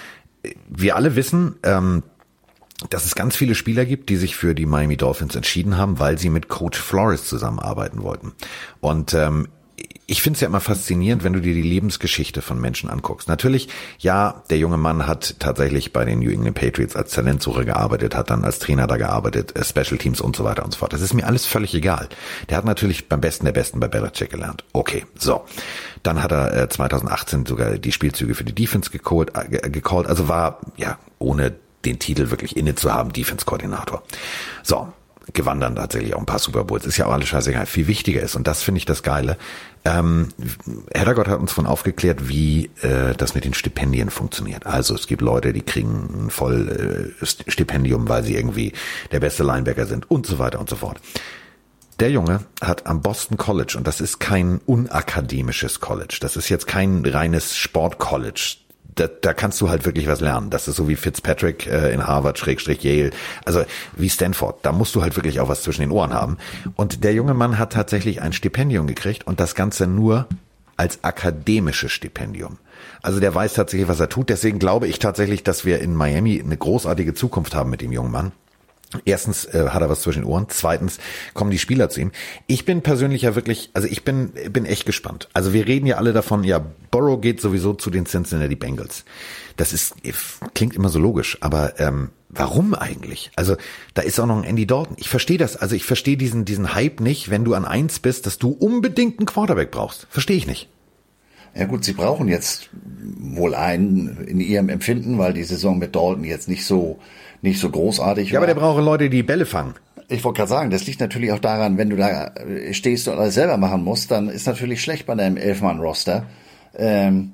wir alle wissen, ähm, dass es ganz viele Spieler gibt, die sich für die Miami Dolphins entschieden haben, weil sie mit Coach Flores zusammenarbeiten wollten. Und ähm, ich finde es ja immer faszinierend, wenn du dir die Lebensgeschichte von Menschen anguckst. Natürlich, ja, der junge Mann hat tatsächlich bei den New England Patriots als Talentsucher gearbeitet, hat dann als Trainer da gearbeitet, Special Teams und so weiter und so fort. Das ist mir alles völlig egal. Der hat natürlich beim Besten der Besten bei Belichick gelernt. Okay, so. Dann hat er äh, zwanzig achtzehn sogar die Spielzüge für die Defense gecallt, äh, gecallt, also war, ja, ohne den Titel wirklich inne zu haben, Defense-Koordinator. So. Gewann dann tatsächlich auch ein paar Super Bowls. Ist ja auch alles scheißegal. Viel wichtiger ist, und das finde ich das Geile, ähm, Heddergott hat uns von aufgeklärt, wie äh, das mit den Stipendien funktioniert. Also es gibt Leute, die kriegen ein voll äh, Stipendium, weil sie irgendwie der beste Linebacker sind und so weiter und so fort. Der Junge hat am Boston College, und das ist kein unakademisches College, das ist jetzt kein reines Sportcollege, Da, da kannst du halt wirklich was lernen. Das ist so wie Fitzpatrick äh, in Harvard, Schrägstrich Yale, also wie Stanford. Da musst du halt wirklich auch was zwischen den Ohren haben. Und der junge Mann hat tatsächlich ein Stipendium gekriegt und das Ganze nur als akademisches Stipendium. Also der weiß tatsächlich, was er tut. Deswegen glaube ich tatsächlich, dass wir in Miami eine großartige Zukunft haben mit dem jungen Mann. Erstens äh, hat er was zwischen den Ohren. Zweitens kommen die Spieler zu ihm. Ich bin persönlich ja wirklich, also ich bin bin echt gespannt. Also wir reden ja alle davon, ja, Burrow geht sowieso zu den Cincinnati Bengals. Das ist klingt immer so logisch, aber ähm, warum eigentlich? Also da ist auch noch ein Andy Dalton. Ich verstehe das. Also ich verstehe diesen diesen Hype nicht, wenn du an eins bist, dass du unbedingt einen Quarterback brauchst. Verstehe ich nicht. Ja gut, sie brauchen jetzt wohl einen in ihrem Empfinden, weil die Saison mit Dalton jetzt nicht so nicht so großartig war. Ja, aber der braucht Leute, die Bälle fangen. Ich wollte gerade sagen, das liegt natürlich auch daran, wenn du da stehst und alles selber machen musst, dann ist natürlich schlecht bei deinem Elf-Mann-Roster. Ähm,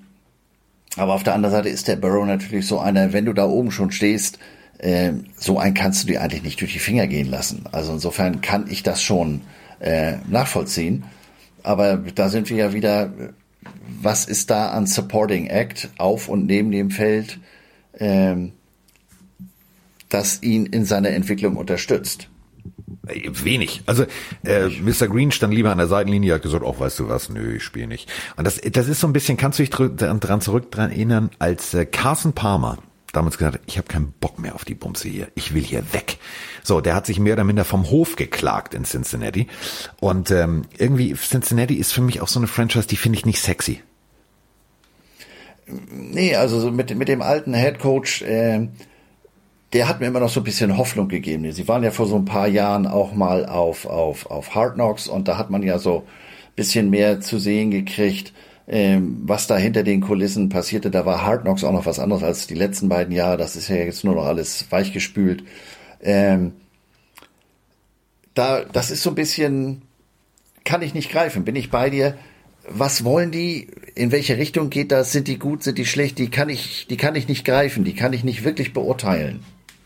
aber auf der anderen Seite ist der Burrow natürlich so einer, wenn du da oben schon stehst, ähm, so einen kannst du dir eigentlich nicht durch die Finger gehen lassen. Also insofern kann ich das schon äh, nachvollziehen. Aber da sind wir ja wieder, was ist da an Supporting Act auf und neben dem Feld, ähm, das ihn in seiner Entwicklung unterstützt? Wenig. Also äh, Mister Green stand lieber an der Seitenlinie, hat gesagt, oh, weißt du was, nö, ich spiele nicht. Und das das ist so ein bisschen, kannst du dich dran, dran zurück dran erinnern, als äh, Carson Palmer damals gesagt hat, ich habe keinen Bock mehr auf die Bumse hier, ich will hier weg. So, der hat sich mehr oder minder vom Hof geklagt in Cincinnati. Und ähm, irgendwie, Cincinnati ist für mich auch so eine Franchise, die finde ich nicht sexy. Nee, also mit, mit dem alten Headcoach, äh, der hat mir immer noch so ein bisschen Hoffnung gegeben. Sie waren ja vor so ein paar Jahren auch mal auf, auf, auf Hard Knocks und da hat man ja so ein bisschen mehr zu sehen gekriegt. ähm, was da hinter den Kulissen passierte. Da war Hard Knocks auch noch was anderes als die letzten beiden Jahre. Das ist ja jetzt nur noch alles weichgespült. Ähm, da, das ist so ein bisschen, kann ich nicht greifen. Bin ich bei dir? Was wollen die? In welche Richtung geht das? Sind die gut? Sind die schlecht? Die kann ich, die kann ich nicht greifen. Die kann ich nicht wirklich beurteilen.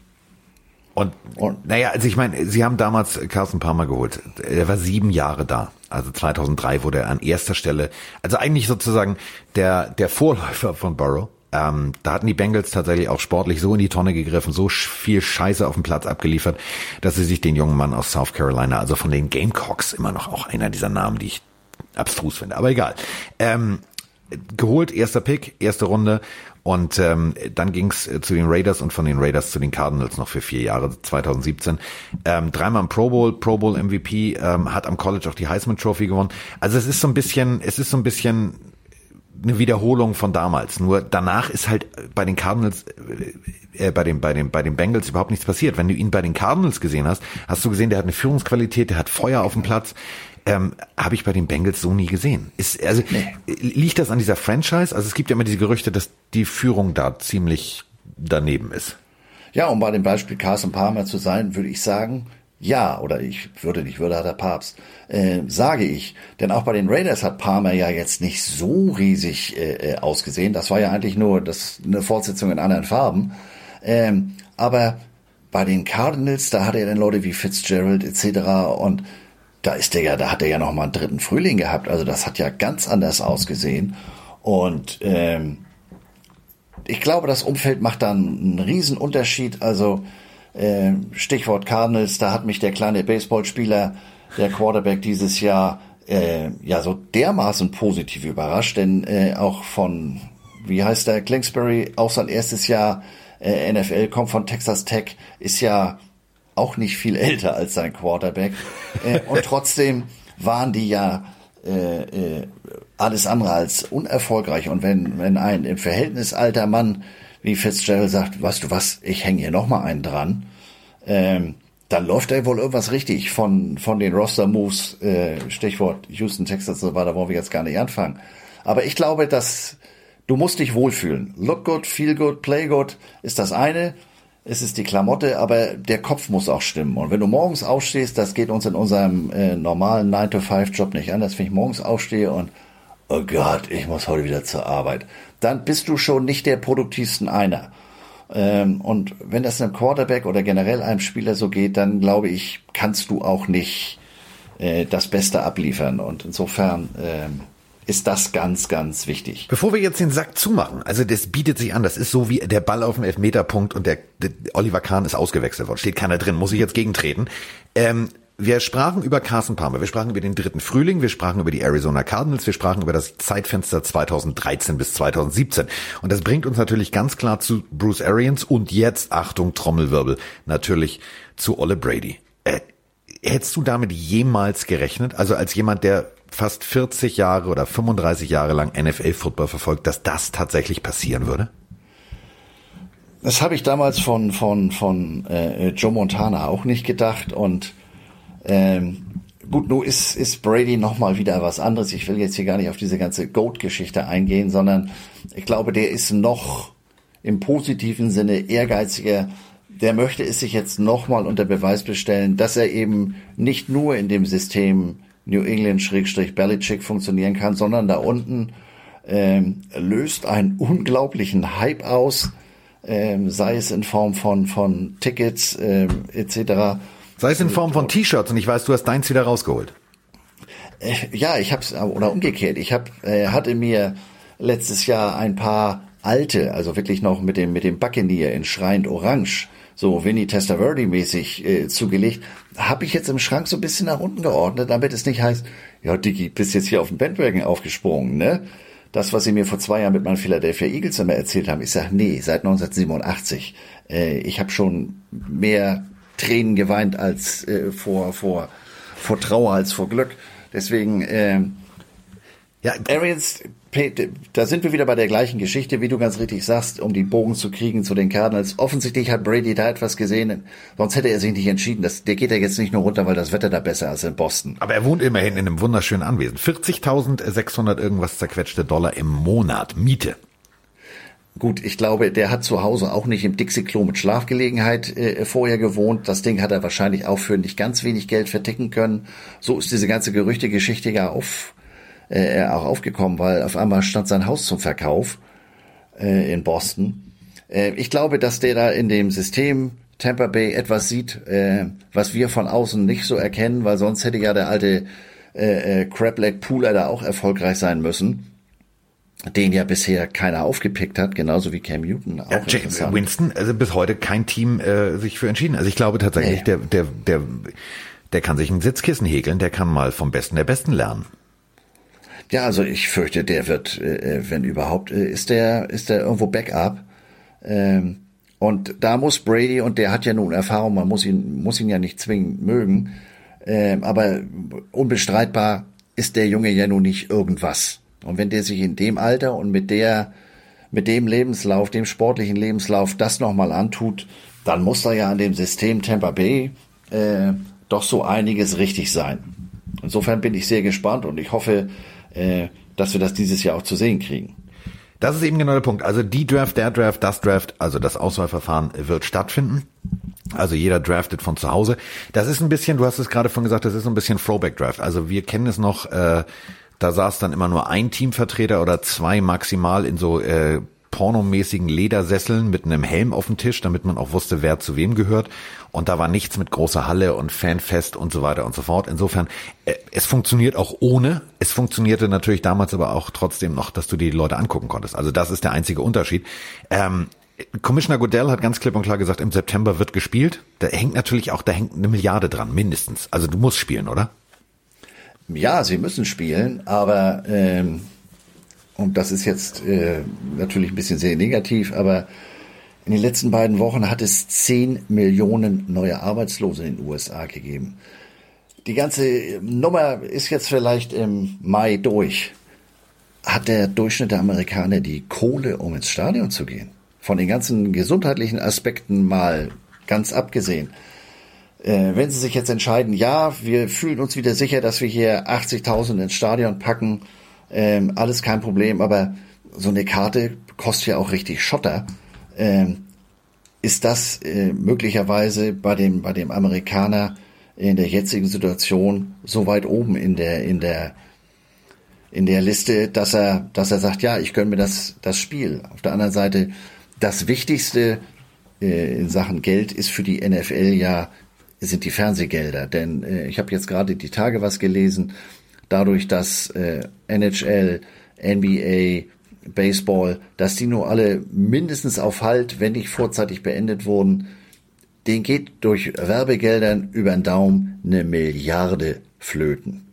Und, und naja, also ich meine, sie haben damals Carson Palmer geholt. Er war sieben Jahre da. Also zweitausenddrei wurde er an erster Stelle, also eigentlich sozusagen der der Vorläufer von Burrow. Ähm, da hatten die Bengals tatsächlich auch sportlich so in die Tonne gegriffen, so viel Scheiße auf dem Platz abgeliefert, dass sie sich den jungen Mann aus South Carolina, also von den Gamecocks, immer noch auch einer dieser Namen, die ich abstrus finde, aber egal, ähm, geholt, erster Pick, erste Runde. Und ähm, dann ging's äh, zu den Raiders und von den Raiders zu den Cardinals noch für vier Jahre, zweitausendsiebzehn. Ähm, dreimal im Pro Bowl, Pro Bowl M V P, ähm, hat am College auch die Heisman Trophy gewonnen. Also es ist so ein bisschen, es ist so ein bisschen eine Wiederholung von damals. Nur danach ist halt bei den Cardinals, äh, bei den, bei den, bei den Bengals überhaupt nichts passiert. Wenn du ihn bei den Cardinals gesehen hast, hast du gesehen, der hat eine Führungsqualität, der hat Feuer auf dem Platz. Ähm, habe ich bei den Bengals so nie gesehen. Ist, also nee. Liegt das an dieser Franchise? Also es gibt ja immer diese Gerüchte, dass die Führung da ziemlich daneben ist. Ja, um bei dem Beispiel Carson Palmer zu sein, würde ich sagen, ja, oder ich würde nicht, würde hat der Papst, äh, sage ich. Denn auch bei den Raiders hat Palmer ja jetzt nicht so riesig äh, ausgesehen. Das war ja eigentlich nur das eine Fortsetzung in anderen Farben. Ähm, aber bei den Cardinals, da hat er dann Leute wie Fitzgerald et cetera und da ist der ja, da hat er ja noch mal einen dritten Frühling gehabt. Also das hat ja ganz anders ausgesehen. Und ähm, ich glaube, das Umfeld macht dann einen riesen Unterschied. Also äh, Stichwort Cardinals, da hat mich der kleine Baseballspieler, der Quarterback dieses Jahr, äh, ja so dermaßen positiv überrascht. Denn äh, auch von, wie heißt der, Kingsbury, auch sein erstes Jahr äh, N F L, kommt von Texas Tech, ist ja auch nicht viel älter als sein Quarterback. äh, und trotzdem waren die ja äh, äh, alles andere als unerfolgreich. Und wenn wenn ein im Verhältnis alter Mann wie Fitzgerald sagt, weißt du was, ich hänge hier noch mal einen dran, ähm, dann läuft da wohl irgendwas richtig von von den Roster-Moves, äh, Stichwort Houston, Texas, so weiter, wollen wir jetzt gar nicht anfangen. Aber ich glaube, dass du musst dich wohlfühlen. Look good, feel good, play good ist das eine. Es ist die Klamotte, aber der Kopf muss auch stimmen. Und wenn du morgens aufstehst, das geht uns in unserem äh, normalen nine to five Job nicht anders, wenn ich morgens aufstehe und, oh Gott, ich muss heute wieder zur Arbeit, dann bist du schon nicht der produktivsten einer. Ähm, und wenn das einem Quarterback oder generell einem Spieler so geht, dann glaube ich, kannst du auch nicht äh, das Beste abliefern. Und insofern ähm, ist das ganz, ganz wichtig. Bevor wir jetzt den Sack zumachen, also das bietet sich an, das ist so wie der Ball auf dem Elfmeterpunkt und der, der Oliver Kahn ist ausgewechselt worden, steht keiner drin, muss ich jetzt gegentreten. Ähm, wir sprachen über Carson Palmer, wir sprachen über den dritten Frühling, wir sprachen über die Arizona Cardinals, wir sprachen über das Zeitfenster zweitausenddreizehn bis zweitausendsiebzehn. Und das bringt uns natürlich ganz klar zu Bruce Arians und jetzt, Achtung, Trommelwirbel, natürlich zu Ole Brady. Äh, hättest du damit jemals gerechnet? Also als jemand, der fast vierzig Jahre oder fünfunddreißig Jahre lang N F L-Football verfolgt, dass das tatsächlich passieren würde? Das habe ich damals von von von äh, Joe Montana auch nicht gedacht. Und ähm, gut, nun ist ist Brady noch mal wieder was anderes. Ich will jetzt hier gar nicht auf diese ganze GOAT-Geschichte eingehen, sondern ich glaube, der ist noch im positiven Sinne ehrgeiziger. Der möchte es sich jetzt noch mal unter Beweis bestellen, dass er eben nicht nur in dem System New England-Belichick funktionieren kann, sondern da unten ähm, löst einen unglaublichen Hype aus, ähm, sei es in Form von von Tickets ähm, et cetera. Sei es in Form von T-Shirts, und ich weiß, du hast deins wieder rausgeholt. Äh, ja, ich hab's, oder umgekehrt, ich hab, äh, hatte mir letztes Jahr ein paar alte, also wirklich noch mit dem mit dem Buccaneer in schreiend Orange, so Vinny Testaverde-mäßig äh, zugelegt, habe ich jetzt im Schrank so ein bisschen nach unten geordnet, damit es nicht heißt, ja Dicky, bist jetzt hier auf den Bandwagon aufgesprungen, ne? Das, was sie mir vor zwei Jahren mit meinen Philadelphia Eagles immer erzählt haben, ich sage, nee, seit neunzehnhundertsiebenundachtzig. Äh, ich habe schon mehr Tränen geweint als äh, vor vor vor Trauer als vor Glück. Deswegen, äh, Ja, Arians, da sind wir wieder bei der gleichen Geschichte, wie du ganz richtig sagst, um die Bogen zu kriegen zu den Cardinals. Offensichtlich hat Brady da etwas gesehen, sonst hätte er sich nicht entschieden. Das, der geht ja jetzt nicht nur runter, weil das Wetter da besser ist als in Boston. Aber er wohnt immerhin in einem wunderschönen Anwesen. vierzigtausendsechshundert irgendwas zerquetschte Dollar im Monat Miete. Gut, ich glaube, der hat zu Hause auch nicht im Dixie-Klo mit Schlafgelegenheit äh, vorher gewohnt. Das Ding hat er wahrscheinlich auch für nicht ganz wenig Geld verticken können. So ist diese ganze Gerüchtegeschichte ja auf Äh, auch aufgekommen, weil auf einmal stand sein Haus zum Verkauf äh, in Boston. Äh, ich glaube, dass der da in dem System Tampa Bay etwas sieht, äh, was wir von außen nicht so erkennen, weil sonst hätte ja der alte äh, äh, Crableg Pooler da auch erfolgreich sein müssen, den ja bisher keiner aufgepickt hat, genauso wie Cam Newton. Auch ja, James Winston, also bis heute kein Team äh, sich für entschieden. Also ich glaube tatsächlich, ja, ja. der der der der kann sich ein Sitzkissen häkeln, der kann mal vom Besten der Besten lernen. Ja, also ich fürchte, der wird, äh, wenn überhaupt, äh, ist der, ist der irgendwo Backup. Ähm, und da muss Brady, und der hat ja nun Erfahrung, man muss ihn, muss ihn ja nicht zwingend mögen, ähm, aber unbestreitbar ist der Junge ja nun nicht irgendwas. Und wenn der sich in dem Alter und mit der, mit dem Lebenslauf, dem sportlichen Lebenslauf, das nochmal antut, dann muss da ja an dem System Tampa Bay äh, doch so einiges richtig sein. Insofern bin ich sehr gespannt und ich hoffe, dass wir das dieses Jahr auch zu sehen kriegen. Das ist eben genau der Punkt. Also die Draft, der Draft, das Draft, also das Auswahlverfahren wird stattfinden. Also jeder draftet von zu Hause. Das ist ein bisschen, du hast es gerade von gesagt, das ist ein bisschen Throwback-Draft. Also wir kennen es noch, äh, da saß dann immer nur ein Teamvertreter oder zwei maximal in so äh, pornomäßigen Ledersesseln mit einem Helm auf dem Tisch, damit man auch wusste, wer zu wem gehört. Und da war nichts mit großer Halle und Fanfest und so weiter und so fort. Insofern, äh, es funktioniert auch ohne. Es funktionierte natürlich damals aber auch trotzdem noch, dass du die Leute angucken konntest. Also das ist der einzige Unterschied. Ähm, Commissioner Goodell hat ganz klipp und klar gesagt, im September wird gespielt. Da hängt natürlich auch, da hängt eine Milliarde dran, mindestens. Also du musst spielen, oder? Ja, sie müssen spielen, aber ähm, und das ist jetzt äh, natürlich ein bisschen sehr negativ, aber in den letzten beiden Wochen hat es zehn Millionen neue Arbeitslose in den U S A gegeben. Die ganze Nummer ist jetzt vielleicht im Mai durch. Hat der Durchschnitt der Amerikaner die Kohle, um ins Stadion zu gehen? Von den ganzen gesundheitlichen Aspekten mal ganz abgesehen. Äh, wenn sie sich jetzt entscheiden, ja, wir fühlen uns wieder sicher, dass wir hier achtzigtausend ins Stadion packen, ähm, alles kein Problem, aber so eine Karte kostet ja auch richtig Schotter. Ähm, ist das äh, möglicherweise bei dem bei dem Amerikaner in der jetzigen Situation so weit oben in der in der in der Liste, dass er dass er sagt, ja, ich gönne mir das das Spiel. Auf der anderen Seite, das Wichtigste äh, in Sachen Geld ist für die N F L ja sind die Fernsehgelder, denn äh, ich habe jetzt gerade die Tage was gelesen, dadurch, dass äh, N H L, N B A, Baseball, dass die nur alle mindestens auf Halt, wenn nicht vorzeitig beendet wurden, denen geht durch Werbegeldern über den Daumen eine Milliarde flöten.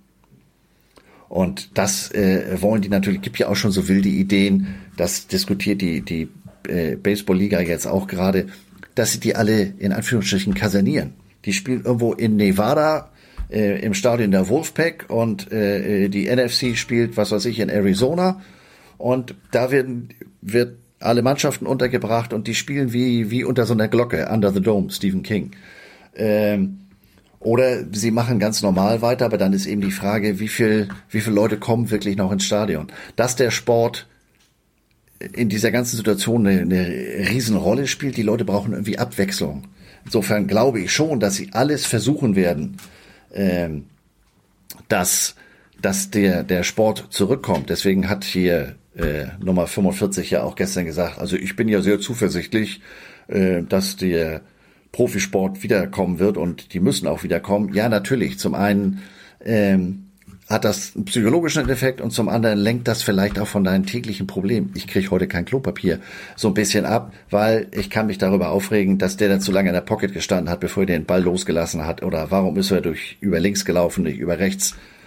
Und das äh, wollen die natürlich, gibt ja auch schon so wilde Ideen, das diskutiert die, die äh, Baseball-Liga jetzt auch gerade, dass sie die alle in Anführungsstrichen kasernieren. Die spielen irgendwo in Nevada, äh, im Stadion der Wolfpack und äh, die N F C spielt, was weiß ich, in Arizona. Und da werden, wird alle Mannschaften untergebracht und die spielen wie, wie unter so einer Glocke, Under the Dome, Stephen King. Ähm, oder sie machen ganz normal weiter, aber dann ist eben die Frage, wie viel, wie viele Leute kommen wirklich noch ins Stadion? Dass der Sport in dieser ganzen Situation eine, eine Riesenrolle spielt, die Leute brauchen irgendwie Abwechslung. Insofern glaube ich schon, dass sie alles versuchen werden, ähm, dass, dass der, der Sport zurückkommt. Deswegen hat hier Äh, Nummer fünfundvierzig ja auch gestern gesagt, also ich bin ja sehr zuversichtlich, äh, dass der Profisport wiederkommen wird und die müssen auch wiederkommen. Ja, natürlich. Zum einen ähm, hat das einen psychologischen Effekt und zum anderen lenkt das vielleicht auch von deinen täglichen Problemen. Ich kriege heute kein Klopapier so ein bisschen ab, weil ich kann mich darüber aufregen, dass der da zu lange in der Pocket gestanden hat, bevor er den Ball losgelassen hat, oder warum ist er durch über links gelaufen, nicht über rechts.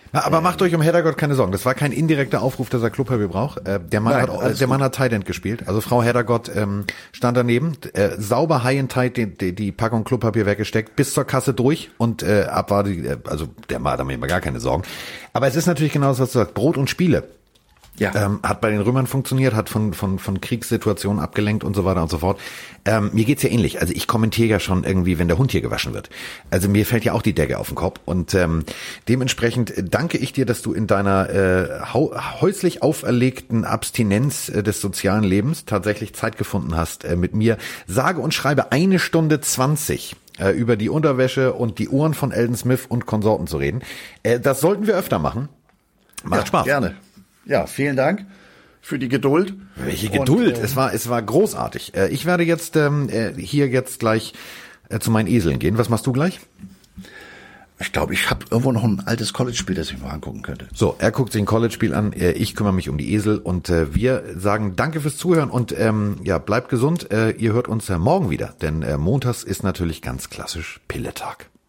Na, aber ähm, macht euch um Heddergott keine Sorgen. Das war kein indirekter Aufruf, dass er Klopapier braucht. Äh, der Mann Nein, hat, der Mann hat Tight End gespielt. Also Frau Heddergott ähm, stand daneben, äh, sauber High and Tight die, die, die Packung Klopapier weggesteckt, bis zur Kasse durch und äh, ab war die, äh, also der Mann hat mir immer gar keine Sorgen. Aber es ist natürlich genau das, was du sagst. Brot und Spiele. Ja. Ähm, hat bei den Römern funktioniert, hat von von von Kriegssituationen abgelenkt und so weiter und so fort. Ähm, mir geht's ja ähnlich. Also ich kommentiere ja schon irgendwie, wenn der Hund hier gewaschen wird. Also mir fällt ja auch die Decke auf den Kopf. Und ähm, dementsprechend danke ich dir, dass du in deiner äh, hau- häuslich auferlegten Abstinenz äh, des sozialen Lebens tatsächlich Zeit gefunden hast, äh, mit mir sage und schreibe eine Stunde zwanzig äh, über die Unterwäsche und die Ohren von Alden Smith und Konsorten zu reden. Äh, das sollten wir öfter machen. Macht ja, Spaß. Gerne. Ja, vielen Dank für die Geduld. Welche Geduld? Und, äh, es war, es war großartig. Äh, ich werde jetzt ähm, äh, hier jetzt gleich äh, zu meinen Eseln gehen. Was machst du gleich? Ich glaube, ich habe irgendwo noch ein altes College-Spiel, das ich mal angucken könnte. So, er guckt sich ein College-Spiel an. Äh, ich kümmere mich um die Esel und äh, wir sagen danke fürs Zuhören und ähm, ja, bleibt gesund. Äh, ihr hört uns äh, morgen wieder, denn äh, montags ist natürlich ganz klassisch Pilletag.